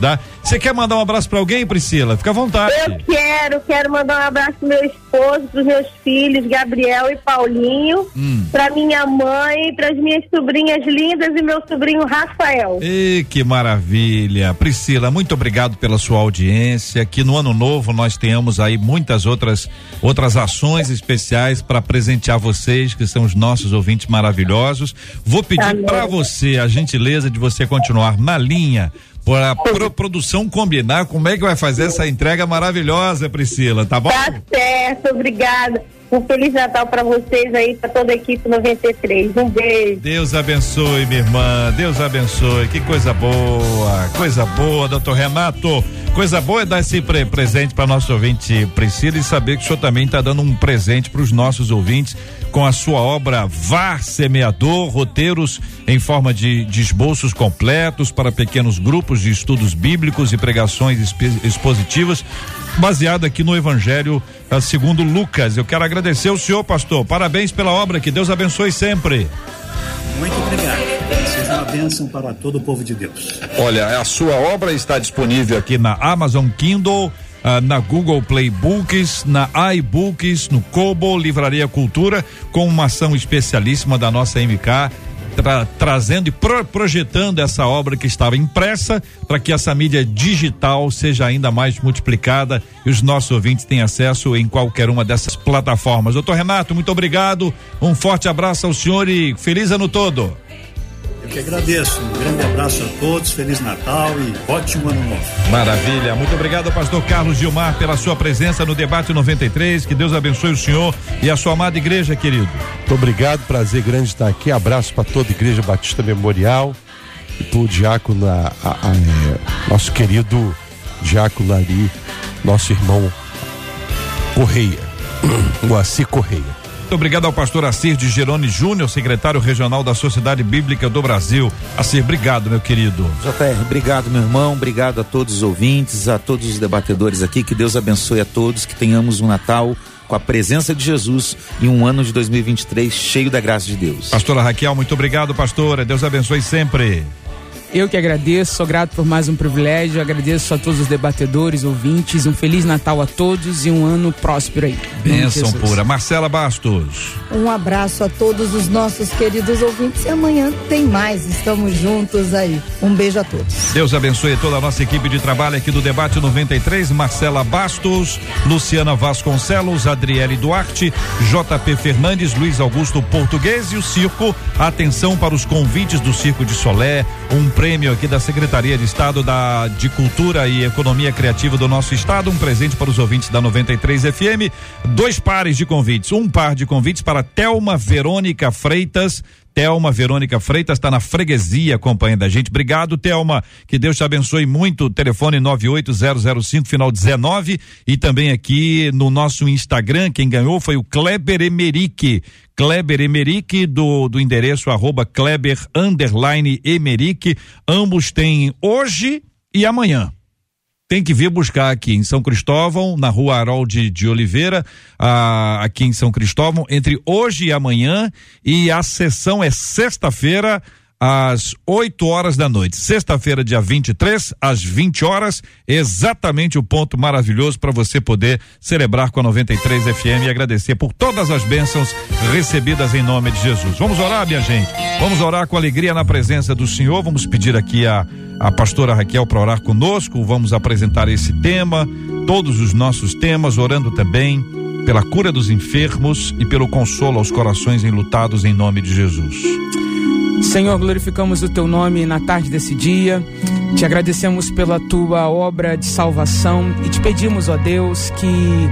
Você quer mandar um abraço pra alguém, Priscila? Fica à vontade. Eu quero, quero mandar um abraço pro meu esposo, pros meus filhos, Gabriel e Paulinho, hum. pra minha mãe, pras minhas sobrinhas lindas e meu sobrinho Rafael. E que maravilha. Priscila, muito obrigado pela sua audiência, que no ano novo nós tenhamos aí muitas outras outras ações especiais para presentear vocês, que são os nossos ouvintes maravilhosos. Vou pedir para você a gentileza de você continuar na linha para a pro produção combinar como é que vai fazer essa entrega maravilhosa, Priscila, tá bom? Tá certo, obrigada. Um Feliz Natal para vocês aí, para toda a equipe noventa e três. Um beijo. Deus abençoe, minha irmã. Deus abençoe. Que coisa boa. Coisa boa, doutor Renato. Coisa boa é dar esse pre presente para nosso ouvinte Priscila e saber que o senhor também está dando um presente para os nossos ouvintes com a sua obra V A R Semeador, roteiros em forma de, de esboços completos para pequenos grupos de estudos bíblicos e pregações expositivas, baseado aqui no Evangelho segundo Lucas. Eu quero agradecer ao senhor, pastor. Parabéns pela obra, que Deus abençoe sempre. Muito obrigado. Seja uma bênção para todo o povo de Deus. Olha, a sua obra está disponível aqui na Amazon Kindle, Uh, na Google Play Books, na iBooks, no Kobo, Livraria Cultura, com uma ação especialíssima da nossa M K, tra trazendo e pro projetando essa obra que estava impressa para que essa mídia digital seja ainda mais multiplicada e os nossos ouvintes tenham acesso em qualquer uma dessas plataformas. Doutor Renato, muito obrigado, um forte abraço ao senhor e feliz ano todo. Eu que agradeço, um grande abraço a todos, Feliz Natal e ótimo ano novo. Maravilha, muito obrigado, pastor Carlos Gilmar, pela sua presença no Debate noventa e três, que Deus abençoe o senhor e a sua amada igreja, querido. Muito obrigado, prazer grande estar aqui, abraço para toda a Igreja Batista Memorial e pro diácono, a, a, a, é, nosso querido diácono ali, nosso irmão Correia, o Assi Correia. Muito obrigado ao pastor Assir de Geroni Júnior, secretário regional da Sociedade Bíblica do Brasil. Assir, obrigado, meu querido. J R, obrigado, meu irmão, obrigado a todos os ouvintes, a todos os debatedores aqui, que Deus abençoe a todos, que tenhamos um Natal com a presença de Jesus e um ano de dois mil e vinte e três cheio da graça de Deus. Pastora Raquel, muito obrigado, pastora, Deus abençoe sempre. Eu que agradeço, sou grato por mais um privilégio, agradeço a todos os debatedores, ouvintes, um Feliz Natal a todos e um ano próspero aí. Bênção pura. Marcela Bastos. Um abraço a todos os nossos queridos ouvintes e amanhã tem mais, estamos juntos aí. Um beijo a todos. Deus abençoe toda a nossa equipe de trabalho aqui do Debate noventa e três, Marcela Bastos, Luciana Vasconcelos, Adriele Duarte, J P Fernandes, Luiz Augusto Português e o circo. Atenção para os convites do Circo de Solé, um prêmio aqui da Secretaria de Estado da, de Cultura e Economia Criativa do nosso estado, um presente para os ouvintes da noventa e três F M, dois pares de convites, um par de convites para Thelma Verônica Freitas. Thelma Verônica Freitas está na freguesia acompanhando a gente. Obrigado, Thelma. Que Deus te abençoe muito. Telefone nove oito zero zero cinco, final dezenove. E também aqui no nosso Instagram, quem ganhou foi o Kleber Emerick. Kleber Emerick, do, do endereço arroba Kleber underline Emerick. Ambos têm hoje e amanhã. Tem que vir buscar aqui em São Cristóvão, na rua Harold de Oliveira, ah, aqui em São Cristóvão, entre hoje e amanhã, e a sessão é sexta-feira, às oito horas da noite. Sexta-feira, dia vinte e três, às vinte horas, exatamente o ponto maravilhoso para você poder celebrar com a noventa e três F M e agradecer por todas as bênçãos recebidas em nome de Jesus. Vamos orar, minha gente. Vamos orar com alegria na presença do Senhor. Vamos pedir aqui a, a pastora Raquel para orar conosco. Vamos apresentar esse tema, todos os nossos temas, orando também pela cura dos enfermos e pelo consolo aos corações enlutados em nome de Jesus. Senhor, glorificamos o teu nome na tarde desse dia, te agradecemos pela tua obra de salvação e te pedimos, ó Deus, que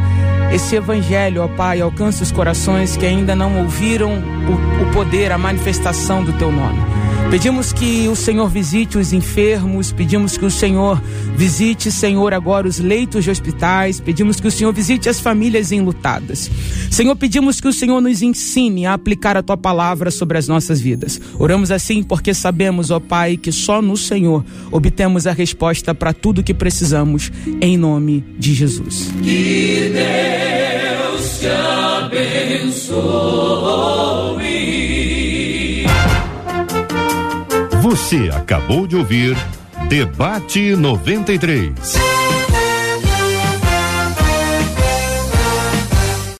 esse evangelho, ó Pai, alcance os corações que ainda não ouviram o, o poder, a manifestação do teu nome. Pedimos que o Senhor visite os enfermos, pedimos que o Senhor visite, Senhor, agora os leitos de hospitais, pedimos que o Senhor visite as famílias enlutadas. Senhor, pedimos que o Senhor nos ensine a aplicar a tua palavra sobre as nossas vidas. Oramos assim porque sabemos, ó Pai, que só no Senhor obtemos a resposta para tudo que precisamos, em nome de Jesus. Que Deus te abençoe. Você acabou de ouvir Debate noventa e três.